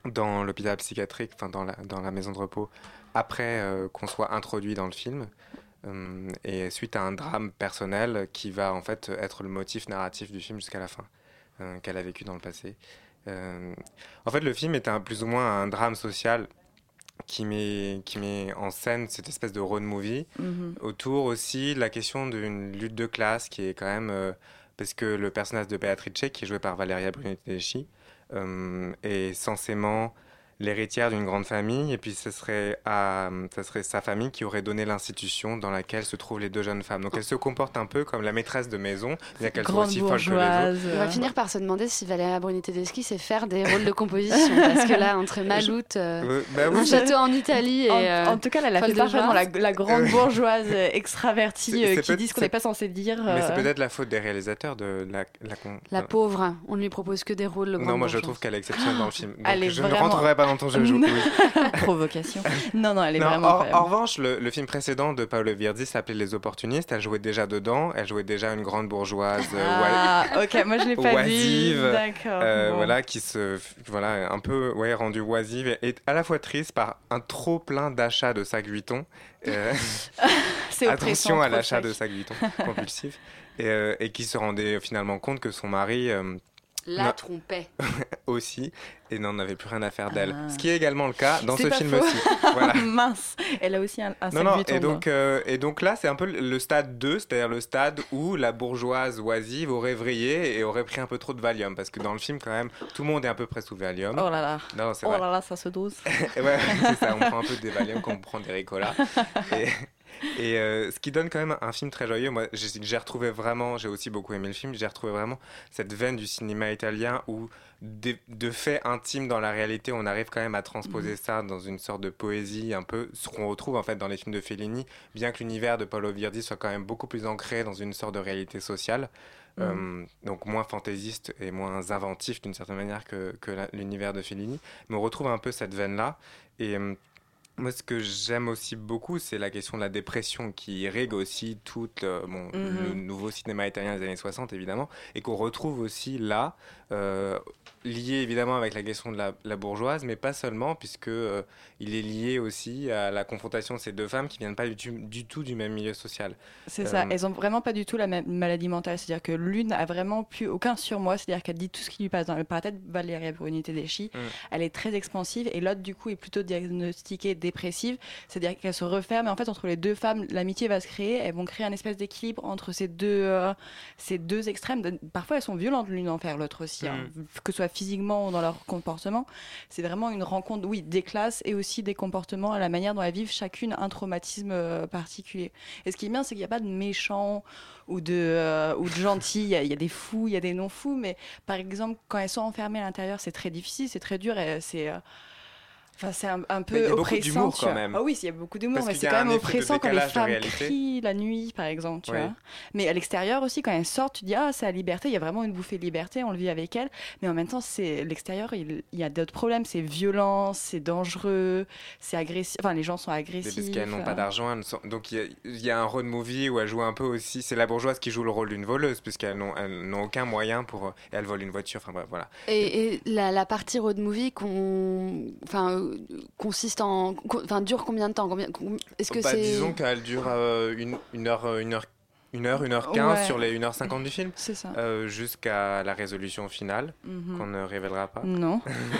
dans l'hôpital psychiatrique, enfin dans la, dans la maison de repos, après euh, qu'on soit introduit dans le film, euh, et suite à un drame personnel qui va en fait être le motif narratif du film jusqu'à la fin, euh, qu'elle a vécu dans le passé. Euh, en fait, le film est un, plus ou moins un drame social qui met, qui met en scène cette espèce de road movie, mm-hmm. autour aussi de la question d'une lutte de classe qui est quand même... Euh, parce que le personnage de Beatrice, qui est joué par Valeria Bruni-Tedeschi, euh, est censément l'héritière d'une grande famille, et puis ce serait, à, ce serait sa famille qui aurait donné l'institution dans laquelle se trouvent les deux jeunes femmes. Donc elle se comporte un peu comme la maîtresse de maison, bien qu'elle soit aussi folle que les autres. On va finir par se demander si Valeria Bruni-Tedeschi sait faire des rôles de composition, parce que là, entre Maloute, euh, euh, bah oui, un château en Italie et... En, euh, en tout cas, elle a fait parfaitement la, la grande bourgeoise extravertie c'est, c'est euh, qui peut- dit ce qu'on n'est pas censé dire. Mais euh... c'est peut-être la faute des réalisateurs de la... La, con... la pauvre, on ne lui propose que des rôles de grande Non, moi bourgeoise. je trouve qu'elle est exceptionnelle dans le film. Donc Elle est je vraiment... ne rentrerai pas dans ton jeu. Oui. Provocation. Non, non, elle est non, vraiment en, incroyable. En revanche, le, le film précédent de Paolo Virzi s'appelait Les Opportunistes. Elle jouait déjà dedans. Elle jouait déjà une grande bourgeoise. Ah, euh, ok, moi je l'ai pas oisive, vu. D'accord. Euh, bon. Voilà, qui se, voilà, un peu, ouais, rendue oisive et, et à la fois triste par un trop plein d'achats de sacs Vuitton. Euh, C'est attention à l'achat sac. de sacs Vuitton compulsif et, euh, et qui se rendait finalement compte que son mari euh, la trompait aussi et n'en avait plus rien à faire d'elle. Ah. Ce qui est également le cas dans c'est ce pas film faux. aussi. Voilà. Mince, elle a aussi un, un non, sac non, Vuitton. Et donc, euh, et donc là, c'est un peu le stade deux, c'est-à-dire le stade où la bourgeoise oisive aurait vrillé et aurait pris un peu trop de Valium. Parce que dans le film, quand même, tout le monde est un peu près sous Valium. Oh là là, non, c'est oh vrai. là là, ça se dose. et ouais, c'est ça, on prend un peu des Valium comme on prend des Ricola. Et... Et euh, ce qui donne quand même un film très joyeux. Moi, j'ai, j'ai retrouvé vraiment, j'ai aussi beaucoup aimé le film, j'ai retrouvé vraiment cette veine du cinéma italien où, de, de faits intimes dans la réalité, on arrive quand même à transposer mmh. ça dans une sorte de poésie, un peu ce qu'on retrouve en fait dans les films de Fellini, bien que l'univers de Paolo Virzi soit quand même beaucoup plus ancré dans une sorte de réalité sociale. Mmh. Euh, donc moins fantaisiste et moins inventif d'une certaine manière que, que la, l'univers de Fellini. Mais on retrouve un peu cette veine-là. Et... Euh, moi, ce que j'aime aussi beaucoup, c'est la question de la dépression qui irrigue aussi tout euh, bon, mm-hmm. le nouveau cinéma italien des années soixante, évidemment, et qu'on retrouve aussi là, euh, lié évidemment avec la question de la, la bourgeoise, mais pas seulement, puisque euh, il est lié aussi à la confrontation de ces deux femmes qui viennent pas du, du tout du même milieu social. C'est euh, ça, elles ont vraiment pas du tout la même maladie mentale, c'est-à-dire que l'une a vraiment plus aucun surmoi, c'est-à-dire qu'elle dit tout ce qui lui passe dans le par la tête. Valeria Bruni-Tedeschi, mm. elle est très expansive, et l'autre du coup est plutôt diagnostiquée dépressive, c'est-à-dire qu'elle se referme, et en fait entre les deux femmes, l'amitié va se créer, elles vont créer un espèce d'équilibre entre ces deux, euh, ces deux extrêmes. Parfois elles sont violentes l'une envers l'autre aussi, mm. hein, que ce soit physiquement ou dans leur comportement. C'est vraiment une rencontre, oui, des classes et aussi des comportements, à la manière dont elles vivent chacune un traumatisme euh, particulier. Et ce qui est bien, c'est qu'il n'y a pas de méchants ou de, euh, ou de gentils, il y, y a des fous, il y a des non-fous, mais par exemple, quand elles sont enfermées à l'intérieur, c'est très difficile, c'est très dur, et c'est... Euh, Enfin, c'est un, un peu oppressant. Il y a beaucoup d'humour quand même. Ah oui, il y a beaucoup d'humour, Parce mais c'est quand même oppressant quand les femmes crient la nuit, par exemple, tu oui. vois. Mais à l'extérieur aussi, quand elles sortent, tu dis ah, c'est la liberté. Il y a vraiment une bouffée de liberté, on le vit avec elles. Mais en même temps, c'est l'extérieur. Il, il y a d'autres problèmes. C'est violent, c'est dangereux, c'est agressif. Enfin, les gens sont agressifs. Parce qu'elles n'ont pas d'argent, sont... donc il y, y a un road movie où elle joue un peu aussi. C'est la bourgeoise qui joue le rôle d'une voleuse, puisqu'elles n'ont, elles n'ont aucun moyen pour. Et elles volent une voiture. Enfin bref, voilà. Et, et la, la partie road movie qu'on, enfin, consiste en, enfin, dure combien de temps? Combien, est-ce que bah, c'est... Disons qu'elle dure euh, une, une heure, une heure, une heure, une heure quinze ouais. sur les une heure cinquante du film. C'est ça. Euh, jusqu'à la résolution finale, mm-hmm. qu'on ne révélera pas. Non.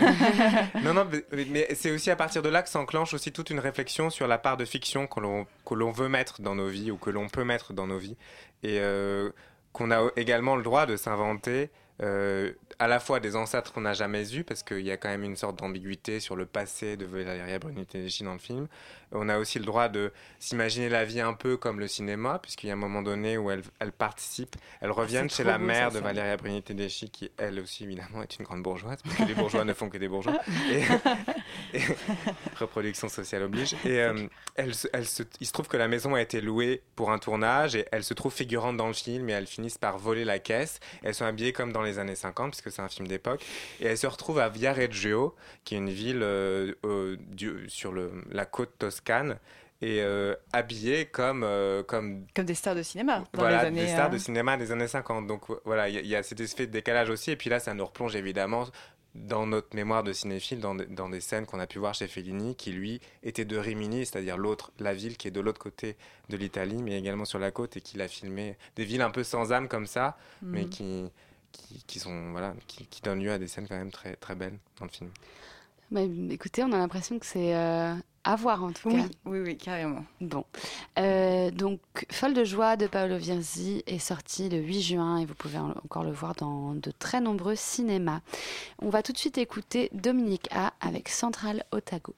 non, non, mais, mais c'est aussi à partir de là que s'enclenche aussi toute une réflexion sur la part de fiction que l'on, que l'on veut mettre dans nos vies ou que l'on peut mettre dans nos vies. Et euh, qu'on a également le droit de s'inventer Euh, à la fois des ancêtres qu'on n'a jamais eus, parce qu'il y a quand même une sorte d'ambiguïté sur le passé de Valeria Bruni-Tedeschi dans le film. On a aussi le droit de s'imaginer la vie un peu comme le cinéma, puisqu'il y a un moment donné où elles, elles participent, elles reviennent c'est chez trop la beau, mère ça, de ça. Valeria Bruni-Tedeschi, qui elle aussi évidemment est une grande bourgeoise, parce que les bourgeois ne font que des bourgeois. Et, et, reproduction sociale oblige. Et euh, elle, elle se, il se trouve que la maison a été louée pour un tournage, et elles se trouvent figurantes dans le film, et elles finissent par voler la caisse. Elles sont habillées comme dans les années cinquante, puisque c'est un film d'époque, et elles se retrouvent à Viareggio, qui est une ville euh, euh, du, sur le, la côte toscane, et euh, habillées comme, euh, comme... Comme des stars de cinéma. Dans voilà, les années, des stars euh... de cinéma des années cinquante. Donc voilà, il y, y a cet effet de décalage aussi, et puis là, ça nous replonge évidemment dans notre mémoire de cinéphile, dans, de, dans des scènes qu'on a pu voir chez Fellini, qui lui était de Rimini, c'est-à-dire l'autre, la ville qui est de l'autre côté de l'Italie, mais également sur la côte, et qu'il a filmé des villes un peu sans âme comme ça, mmh. mais qui, qui, qui, sont, voilà, qui, qui donnent lieu à des scènes quand même très, très belles dans le film. Bah, écoutez, on a l'impression que c'est euh, à voir en tout oui, cas. Oui, oui, carrément. Bon, euh, donc Folle de joie de Paolo Virzi est sorti le huit juin et vous pouvez encore le voir dans de très nombreux cinémas. On va tout de suite écouter Dominique A avec Central Otago.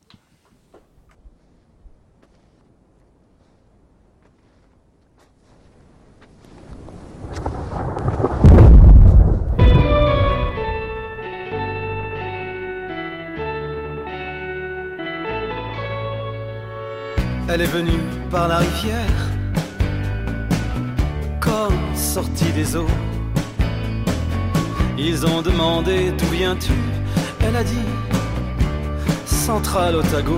Elle est venue par la rivière, comme sortie des eaux. Ils ont demandé d'où viens-tu. Elle a dit Central Otago.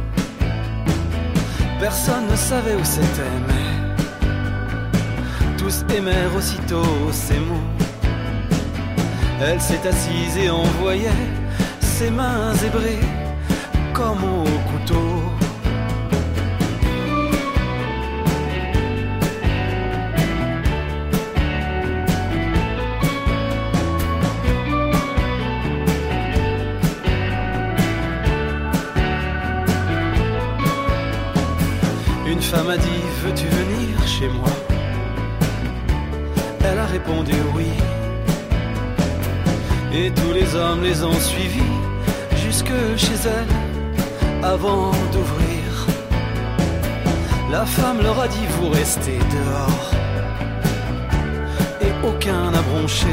Personne ne savait où c'était, mais tous aimèrent aussitôt ces mots. Elle s'est assise et on voyait ses mains zébrées comme au couteau. Une femme a dit, veux-tu venir chez moi? Elle a répondu oui. Et tous les hommes les ont suivis jusque chez elle avant d'ouvrir. La femme leur a dit, vous restez dehors. Et aucun n'a bronché.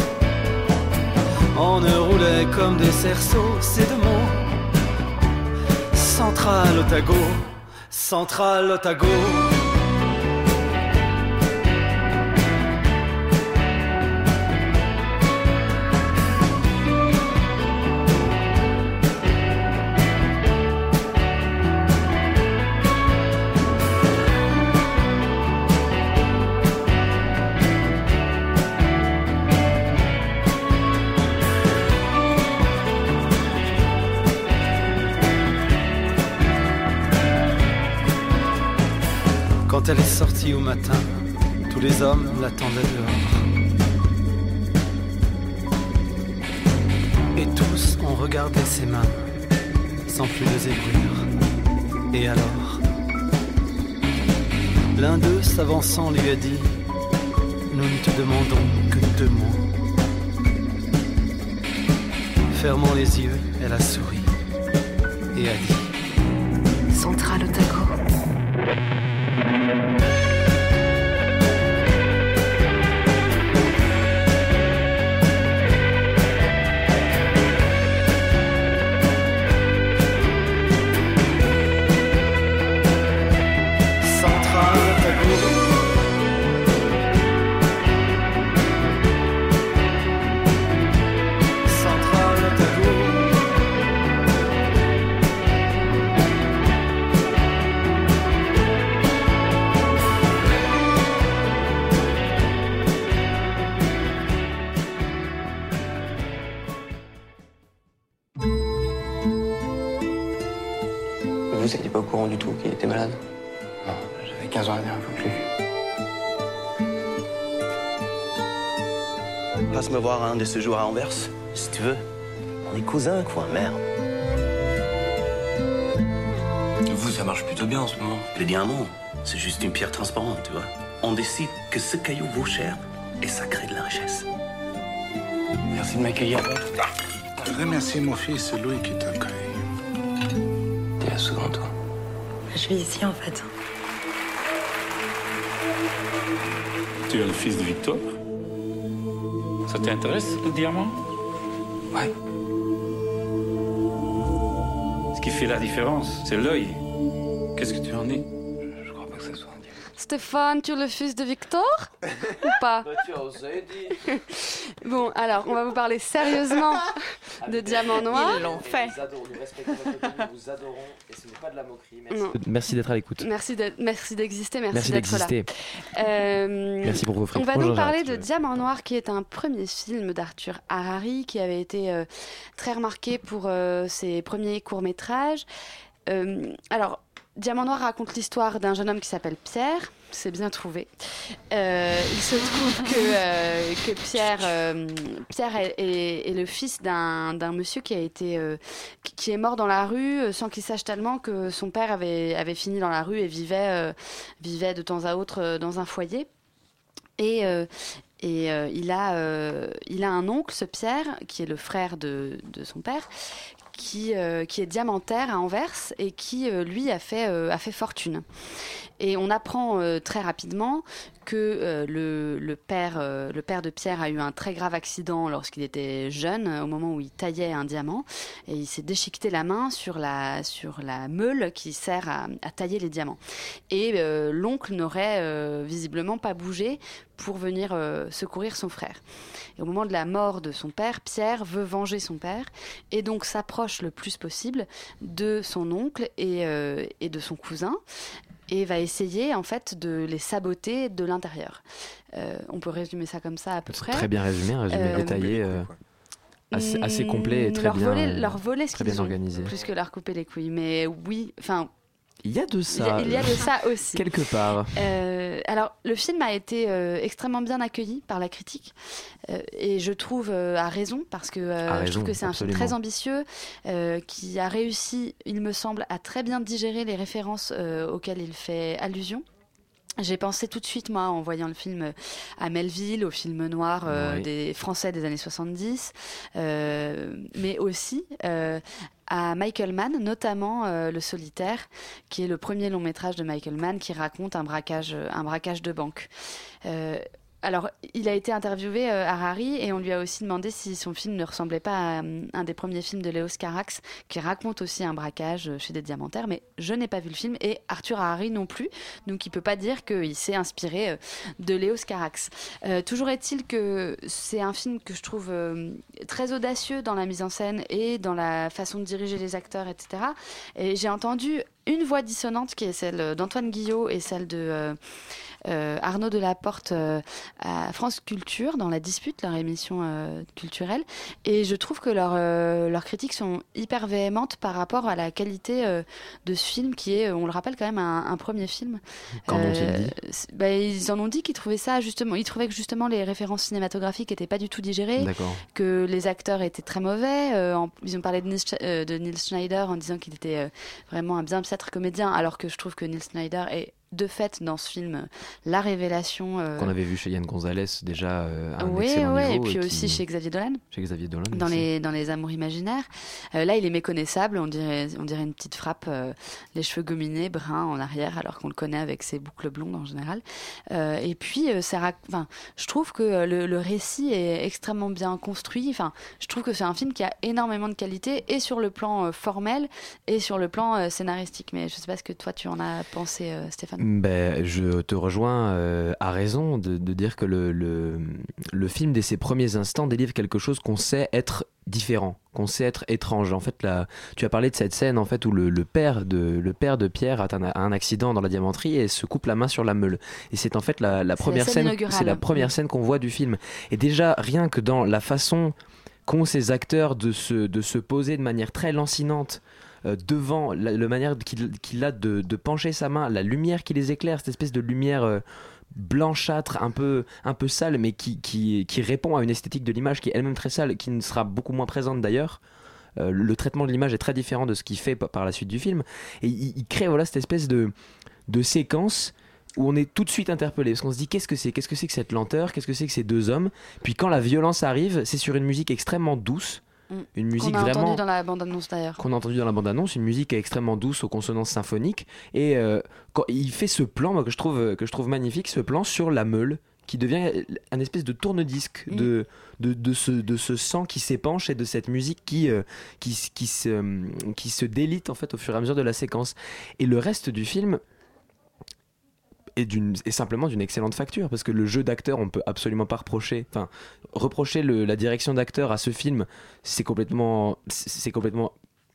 On ne roulait comme des cerceaux ces deux mots. Central Otago. Central Otago. Quand elle est sortie au matin, tous les hommes l'attendaient dehors. Et tous ont regardé ses mains, sans plus de zébrure. Et alors, l'un d'eux s'avançant lui a dit, nous ne te demandons que deux mots. Fermant les yeux, elle a souri et a dit, Central Otago. Vous n'étiez pas au courant du tout qu'il était malade? Non, j'avais quinze ans la dernière fois que je l'ai vu. Passe me voir un de ces jours à Anvers, si tu veux. On est cousins, quoi, merde. Vous, ça marche plutôt bien en ce moment. Le diamant, c'est juste une pierre transparente, tu vois. On décide que ce caillou vaut cher et ça crée de la richesse. Merci de m'accueillir. Remercie mon fils, c'est lui qui t'accueille. T'es là souvent, toi? Je suis ici, en fait. Tu es le fils de Victor? Ça t'intéresse, le diamant? Ouais. Ce qui fait la différence, c'est l'œil. Qu'est-ce que tu en dis? Je crois pas que ça soit un diamant. Stéphane, tu es le fils de Victor ou pas? Bon, alors, on va vous parler sérieusement de Diamant Noir. Ils l'ont fait. Nous adorons, nous respectons votre opinion, nous vous adorons et ce n'est pas de la moquerie. Merci, Non. merci d'être à l'écoute. Merci, d'être- merci d'exister, merci, Merci d'être là. d'exister. Euh, Merci pour vos frites. On va Bonjour, donc parler Gérard. de Diamant Noir, qui est un premier film d'Arthur Harari, qui avait été euh, très remarqué pour euh, ses premiers courts-métrages. Euh, alors, Diamant Noir raconte l'histoire d'un jeune homme qui s'appelle Pierre. C'est bien trouvé. Euh, il se trouve que, euh, que Pierre, euh, Pierre est, est- est le fils d'un d'un monsieur qui a été, euh, qui- qui est mort dans la rue euh, sans qu'il sache tellement que son père avait, avait fini dans la rue et vivait, euh, vivait de temps à autre euh, dans un foyer. Et, euh, et euh, il, a, euh, il a un oncle, ce Pierre, qui est le frère de, de son père, qui, euh, qui est diamantaire à Anvers et qui, euh, lui, a fait, euh, a fait fortune. Et on apprend euh, très rapidement que euh, le, le, père, euh, le père de Pierre a eu un très grave accident lorsqu'il était jeune, euh, au moment où il taillait un diamant. Et il s'est déchiqueté la main sur la, sur la meule qui sert à, à tailler les diamants. Et euh, l'oncle n'aurait euh, visiblement pas bougé pour venir euh, secourir son frère. Et au moment de la mort de son père, Pierre veut venger son père et donc s'approche le plus possible de son oncle et, euh, et de son cousin, et va essayer en fait de les saboter de l'intérieur. Euh, on peut résumer ça comme ça à peu près. Très bien résumé, un résumé Euh, détaillé, euh, assez, assez complet et très leur bien, voler, euh, leur voler ce très qu'ils bien ont, organisé. plus que leur couper les couilles. Mais oui, enfin, Il y a de il y, ça. a- il y a de ça aussi. Quelque part. Euh, alors, le film a été euh, extrêmement bien accueilli par la critique, euh, et je trouve euh, à raison, parce que euh, À je raison, trouve que c'est un film absolument. très ambitieux, euh, qui a réussi, il me semble, à très bien digérer les références euh, auxquelles il fait allusion. J'ai pensé tout de suite, moi, en voyant le film, à Melville, au film noir euh, Oui. des Français des années soixante-dix, euh, mais aussi euh, à Michael Mann, notamment euh, Le Solitaire, qui est le premier long métrage de Michael Mann qui raconte un braquage, un braquage de banque. Euh, alors, il a été interviewé, euh, Harari, et on lui a aussi demandé si son film ne ressemblait pas à euh, un des premiers films de Léos Carax, qui raconte aussi un braquage euh, chez des diamantaires, mais je n'ai pas vu le film, et Arthur Harari non plus, donc il peut pas dire qu'il s'est inspiré euh, de Léos Carax. Euh, toujours est-il que c'est un film que je trouve euh, très audacieux dans la mise en scène et dans la façon de diriger les acteurs, et cetera. Et j'ai entendu une voix dissonante qui est celle d'Antoine Guillot et celle de euh, euh, Arnaud Delaporte euh, à France Culture dans La Dispute, leur émission euh, culturelle. Et je trouve que leurs euh, leurs critiques sont hyper véhémentes par rapport à la qualité euh, de ce film qui est, on le rappelle quand même, un, un premier film. Qu'en ont-ils dit c'est- bah, Ils en ont dit qu'ils trouvaient ça justement, ils trouvaient que justement les références cinématographiques n'étaient pas du tout digérées, D'accord. que les acteurs étaient très mauvais. euh, en- ils ont parlé de Nils, Sch- euh, de Nils Schneider en disant qu'il était euh, vraiment un bien piètre comédien, alors que je trouve que Nils Schneider est de fait dans ce film la révélation. euh, Qu'on avait vu chez Yann Gonzalez déjà euh, à un oui, excellent oui, et niveau. puis qui- aussi chez Xavier Dolan. Chez Xavier Dolan. Dans aussi. les, dans les Amours imaginaires. Euh, là, il est méconnaissable, on dirait, on dirait une petite frappe, euh, les cheveux gominés, bruns en arrière, alors qu'on le connaît avec ses boucles blondes en général. Euh, et puis, euh, ça rac- enfin, je trouve que euh, le, le récit est extrêmement bien construit. Enfin, je trouve que c'est un film qui a énormément de qualité, et sur le plan euh, formel, et sur le plan euh, scénaristique. Mais je sais pas ce que toi, tu en as pensé, euh, Stéphane. Ben, je te rejoins euh, à raison de, de dire que le, le, le film, dès ses premiers instants, délivre quelque chose qu'on sait être différent, qu'on sait être étrange. En fait, là, tu as parlé de cette scène en fait, où le, le, père de, le père de Pierre a un, a un accident dans la diamanterie et se coupe la main sur la meule. Et c'est en fait la, la C'est première la scène scène, inaugurale. c'est la première scène qu'on voit du film. Et déjà, rien que dans la façon qu'ont ces acteurs de se, de se poser de manière très lancinante euh, devant la, la manière qu'il qu'il a de, de pencher sa main, la lumière qui les éclaire, cette espèce de lumière euh, blanchâtre, un peu, un peu sale, mais qui, qui, qui répond à une esthétique de l'image qui est elle-même très sale, qui ne sera beaucoup moins présente d'ailleurs. Euh, le traitement de l'image est très différent de ce qu'il fait p- par la suite du film. Et il, il crée voilà, cette espèce de, de séquence où on est tout de suite interpellé, parce qu'on se dit qu'est-ce que c'est, qu'est-ce que c'est que cette lenteur, qu'est-ce que c'est que ces deux hommes. Puis quand la violence arrive, c'est sur une musique extrêmement douce, une musique Qu'on a vraiment entendu dans la bande-annonce d'ailleurs. qu'on a entendu dans la bande-annonce, une musique extrêmement douce aux consonances symphoniques. Et euh, quand il fait ce plan, moi, que je trouve que je trouve magnifique, ce plan sur la meule qui devient un espèce de tourne-disque Mm. de, de, de, ce, de ce sang qui s'épanche et de cette musique qui, euh, qui, qui, se, qui se délite en fait au fur et à mesure de la séquence. Et le reste du film et, d'une, et simplement d'une excellente facture, parce que le jeu d'acteur, on peut absolument pas reprocher, enfin, reprocher le, la direction d'acteur à ce film, c'est complètement, c'est complètement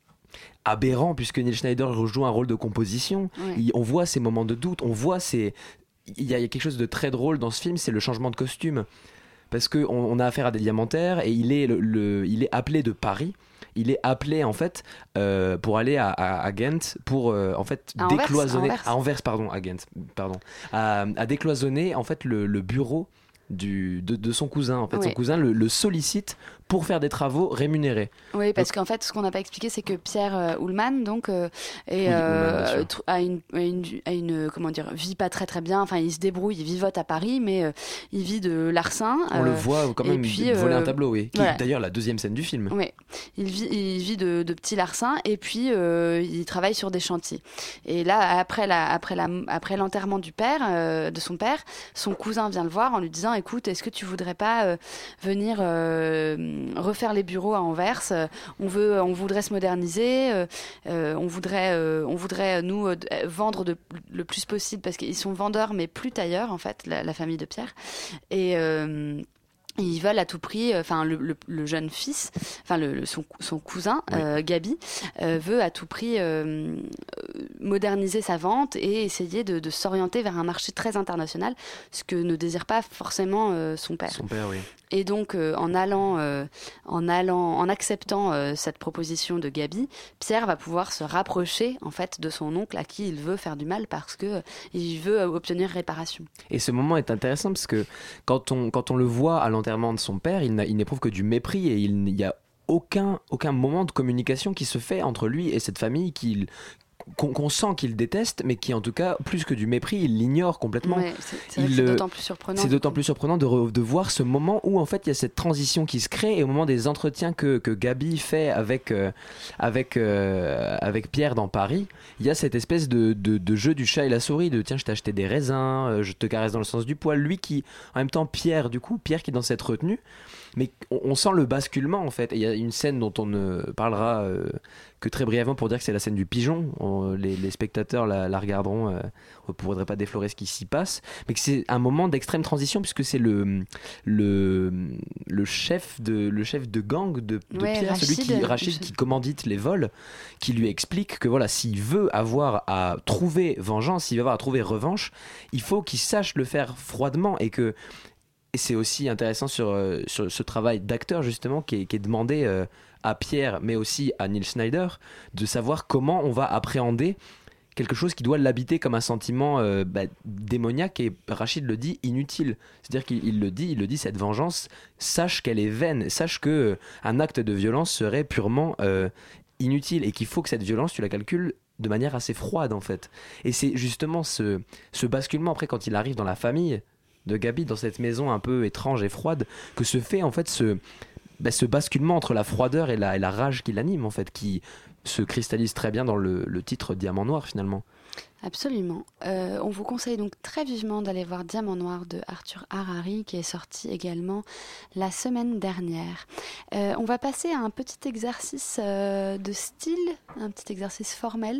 aberrant, puisque Neil Schneider joue un rôle de composition. Ouais. Il, on voit ces moments de doute, on voit ces... Il y a quelque chose de très drôle dans ce film, c'est le changement de costume. Parce qu'on on a affaire à des diamantaires et il est, le, le, il est appelé de Paris. Il est appelé en fait euh, pour aller à, à, à Ghent pour euh, en fait à décloisonner Anvers, à Anvers pardon à Ghent pardon à, à décloisonner en fait le, le bureau du, de, de son cousin. En fait, oui. Son cousin le, le sollicite pour faire des travaux rémunérés. Oui, parce donc, qu'en fait, ce qu'on n'a pas expliqué, c'est que Pierre euh, Ullman, donc, euh, est, oui, euh, Ullman, a, une, a, une, a une, comment dire, vie pas très très bien. Enfin, il se débrouille, il vivote à Paris, mais euh, il vit de larcin. On euh, le voit quand même puis, voler euh, un tableau, oui. Qui voilà. est d'ailleurs la deuxième scène du film. Oui, il vit, il vit de, de petits larcins et puis euh, il travaille sur des chantiers. Et là, après, la, après, la, après l'enterrement du père, euh, de son père, son cousin vient le voir en lui disant, écoute, est-ce que tu voudrais pas euh, venir euh, refaire les bureaux à Anvers, euh, on veut, on voudrait se moderniser, euh, euh, on voudrait, euh, on voudrait nous euh, vendre de, le plus possible parce qu'ils sont vendeurs mais plus tailleurs en fait, la, la famille de Pierre. Et euh, ils veulent à tout prix, enfin euh, le, le, le jeune fils, enfin le, le, son, son cousin, oui. euh, Gabi, euh, veut à tout prix euh, moderniser sa vente et essayer de, de s'orienter vers un marché très international, ce que ne désire pas forcément euh, son père. Son père, oui. Et donc, euh, en allant, euh, en allant, en acceptant euh, cette proposition de Gabi, Pierre va pouvoir se rapprocher en fait de son oncle à qui il veut faire du mal parce que euh, il veut euh, obtenir réparation. Et ce moment est intéressant parce que quand on quand on le voit à l'enterrement de son père, il, n'a, il n'éprouve que du mépris et il n'y a aucun aucun moment de communication qui se fait entre lui et cette famille qu'il Qu'on, qu'on sent qu'il déteste, mais qui en tout cas, plus que du mépris, il l'ignore complètement. Ouais, c'est, c'est, vrai il, que c'est d'autant plus surprenant. C'est d'autant plus surprenant de, re, de voir ce moment où en fait il y a cette transition qui se crée et au moment des entretiens que, que Gabi fait avec, euh, avec, euh, avec Pierre dans Paris, il y a cette espèce de, de, de jeu du chat et la souris, de tiens je t'ai acheté des raisins, euh, je te caresse dans le sens du poil. Lui qui, en même temps Pierre du coup, Pierre qui est dans cette retenue, mais on, on sent le basculement en fait. Et il y a une scène dont on ne parlera euh, que très brièvement pour dire que c'est la scène du pigeon. On, les, les spectateurs la, la regarderont, euh, on ne pourrait pas déflorer ce qui s'y passe, mais que c'est un moment d'extrême transition puisque c'est le, le, le, chef, de, le chef de gang de, de ouais, Pierre, Rachid, celui qui, Rachid qui commandite les vols, qui lui explique que voilà, s'il veut avoir à trouver vengeance, s'il veut avoir à trouver revanche, il faut qu'il sache le faire froidement et que Et c'est aussi intéressant sur, euh, sur ce travail d'acteur justement qui est, qui est demandé euh, à Pierre mais aussi à Neil Schneider de savoir comment on va appréhender quelque chose qui doit l'habiter comme un sentiment euh, bah, démoniaque et Rachid le dit inutile. C'est-à-dire qu'il il le dit, il le dit cette vengeance, sache qu'elle est vaine, sache que euh, un acte de violence serait purement euh, inutile et qu'il faut que cette violence tu la calcules de manière assez froide en fait. Et c'est justement ce, ce basculement après quand il arrive dans la famille de Gabi dans cette maison un peu étrange et froide que se fait en fait ce, bah, ce basculement entre la froideur et la, et la rage qui l'anime en fait, qui se cristallise très bien dans le, le titre Diamant Noir finalement. Absolument. Euh, on vous conseille donc très vivement d'aller voir Diamant Noir de Arthur Harari qui est sorti également la semaine dernière. Euh, on va passer à un petit exercice euh, de style, un petit exercice formel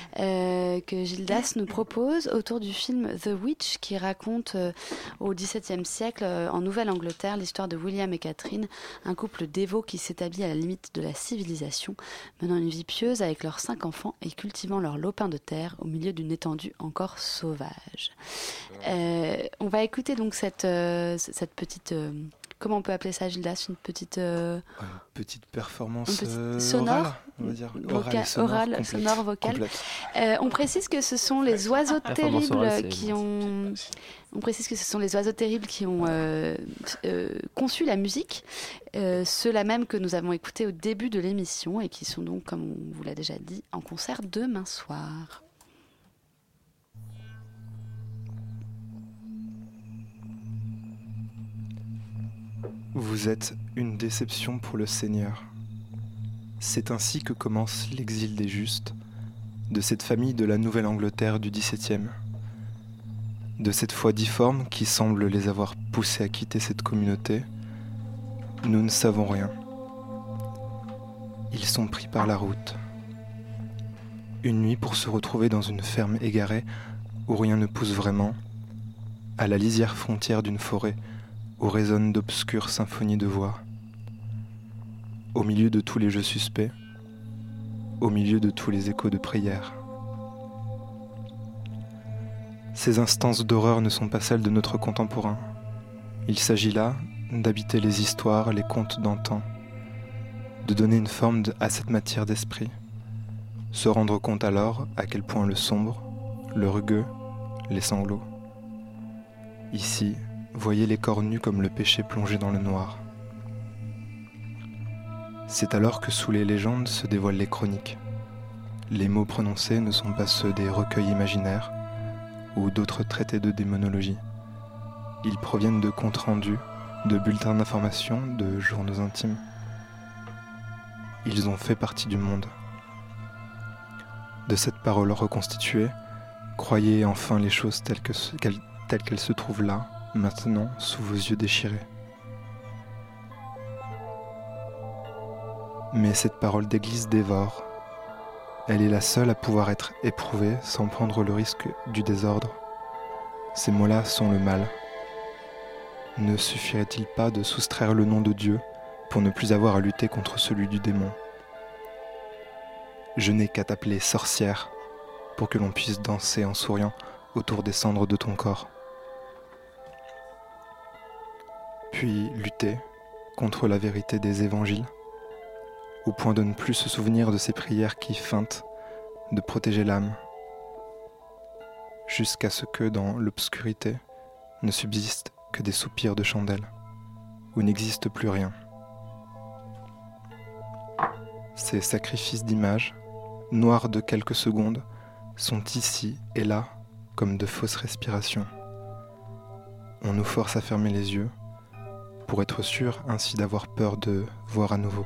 euh, que Gildas nous propose autour du film The Witch qui raconte euh, au dix-septième siècle euh, en Nouvelle-Angleterre l'histoire de William et Catherine, un couple dévot qui s'établit à la limite de la civilisation, menant une vie pieuse avec leurs cinq enfants et cultivant leur lopin de terre au milieu d'une étendue encore sauvage. Euh, on va écouter donc cette, euh, cette petite... Euh, comment on peut appeler ça, Gildas ? Une petite... Euh, une petite performance une petite euh, sonore, orale, on va dire. Voca- Orale, sonore, orale, complète, sonore, vocale. Euh, on précise que ce sont les oiseaux terribles orale, qui ont... On précise que ce sont les oiseaux terribles qui ont euh, euh, conçu la musique, euh, ceux-là même que nous avons écoutés au début de l'émission et qui sont donc, comme on vous l'a déjà dit, en concert demain soir. Vous êtes une déception pour le Seigneur. C'est ainsi que commence l'exil des justes, de cette famille de la Nouvelle-Angleterre du dix-septième. De cette foi difforme qui semble les avoir poussés à quitter cette communauté, nous ne savons rien. Ils sont pris par la route. Une nuit pour se retrouver dans une ferme égarée où rien ne pousse vraiment, à la lisière frontière d'une forêt où résonnent d'obscures symphonies de voix. Au milieu de tous les jeux suspects, au milieu de tous les échos de prière. Ces instances d'horreur ne sont pas celles de notre contemporain. Il s'agit là d'habiter les histoires, les contes d'antan, de donner une forme à cette matière d'esprit, se rendre compte alors à quel point le sombre, le rugueux, les sanglots. Ici, voyez les corps nus comme le péché plongé dans le noir. C'est alors que sous les légendes se dévoilent les chroniques. Les mots prononcés ne sont pas ceux des recueils imaginaires ou d'autres traités de démonologie. Ils proviennent de comptes rendus, de bulletins d'information, de journaux intimes. Ils ont fait partie du monde. De cette parole reconstituée, croyez enfin les choses telles que, qu'elles, telles qu'elles se trouvent là, maintenant, sous vos yeux déchirés. Mais cette parole d'église dévore. Elle est la seule à pouvoir être éprouvée sans prendre le risque du désordre. Ces mots-là sont le mal. Ne suffirait-il pas de soustraire le nom de Dieu pour ne plus avoir à lutter contre celui du démon ? Je n'ai qu'à t'appeler sorcière pour que l'on puisse danser en souriant autour des cendres de ton corps. Puis lutter contre la vérité des évangiles, au point de ne plus se souvenir de ces prières qui feintent de protéger l'âme, jusqu'à ce que dans l'obscurité ne subsiste que des soupirs de chandelle, où n'existe plus rien. Ces sacrifices d'images, noirs de quelques secondes, sont ici et là comme de fausses respirations. On nous force à fermer les yeux, pour être sûr ainsi d'avoir peur de voir à nouveau.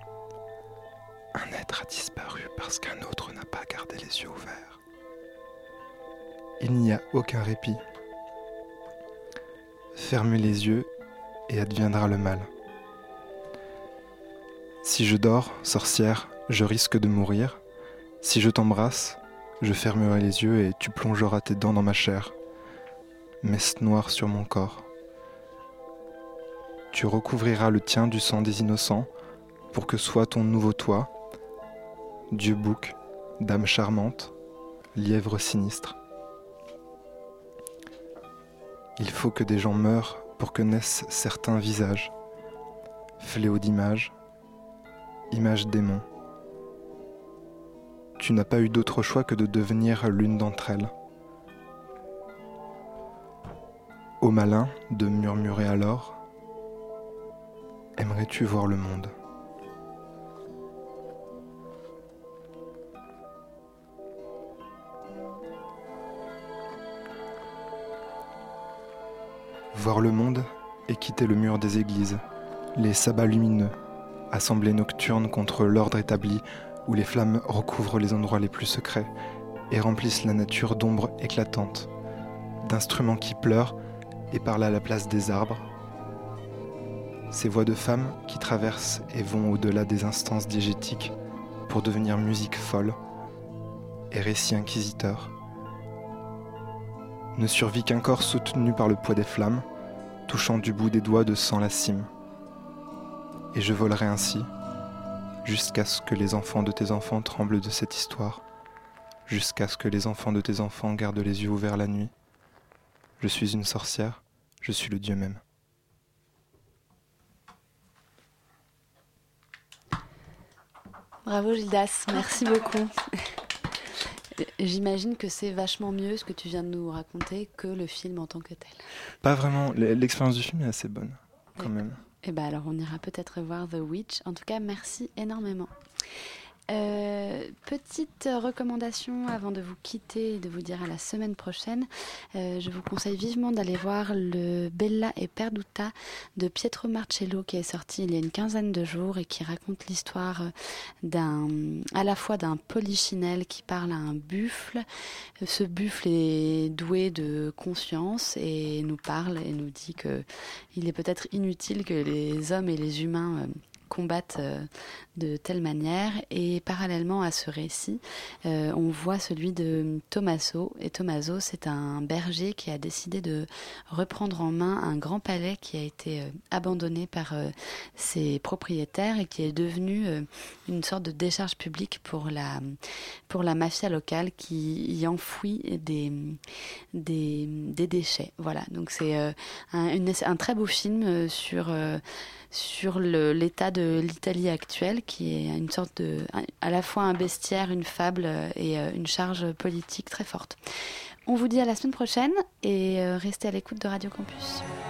Un être a disparu parce qu'un autre n'a pas gardé les yeux ouverts. Il n'y a aucun répit. Fermez les yeux et adviendra le mal. Si je dors, sorcière, je risque de mourir. Si je t'embrasse, je fermerai les yeux et tu plongeras tes dents dans ma chair, messe noire sur mon corps. Tu recouvriras le tien du sang des innocents pour que soit ton nouveau toi, Dieu bouc, dame charmante, lièvre sinistre. Il faut que des gens meurent pour que naissent certains visages, fléaux d'images, images démons. Tu n'as pas eu d'autre choix que de devenir l'une d'entre elles. Ô malin, de murmurer alors, aimerais-tu voir le monde ? Voir le monde et quitter le mur des églises, les sabbats lumineux, assemblées nocturnes contre l'ordre établi où les flammes recouvrent les endroits les plus secrets et remplissent la nature d'ombres éclatantes, d'instruments qui pleurent et parlent à la place des arbres. Ces voix de femmes qui traversent et vont au-delà des instances diégétiques pour devenir musique folle et récits inquisiteurs. Ne survit qu'un corps soutenu par le poids des flammes, touchant du bout des doigts de sang la cime. Et je volerai ainsi, jusqu'à ce que les enfants de tes enfants tremblent de cette histoire, jusqu'à ce que les enfants de tes enfants gardent les yeux ouverts la nuit. Je suis une sorcière, je suis le Dieu même. Bravo Gildas, merci beaucoup. J'imagine que c'est vachement mieux ce que tu viens de nous raconter que le film en tant que tel. Pas vraiment, l'expérience du film est assez bonne quand et, même. Et ben alors on ira peut-être voir The Witch. En tout cas, merci énormément. Euh, petite recommandation avant de vous quitter et de vous dire à la semaine prochaine. Euh, je vous conseille vivement d'aller voir le Bella e Perduta de Pietro Marcello qui est sorti il y a une quinzaine de jours et qui raconte l'histoire d'un, à la fois d'un polichinelle qui parle à un buffle. Ce buffle est doué de conscience et nous parle et nous dit que il est peut-être inutile que les hommes et les humains euh, combattent euh, de telle manière. Et parallèlement à ce récit, euh, on voit celui de Tommaso. Et Tommaso, c'est un berger qui a décidé de reprendre en main un grand palais qui a été euh, abandonné par euh, ses propriétaires et qui est devenu euh, une sorte de décharge publique pour la, pour la mafia locale qui y enfouit des, des, des déchets. Voilà, donc c'est euh, un, une, un très beau film euh, sur, euh, sur le, l'état de l'Italie actuelle, qui est une sorte de, à la fois un bestiaire, une fable et euh, une charge politique très forte. On vous dit à la semaine prochaine et euh, restez à l'écoute de Radio Campus.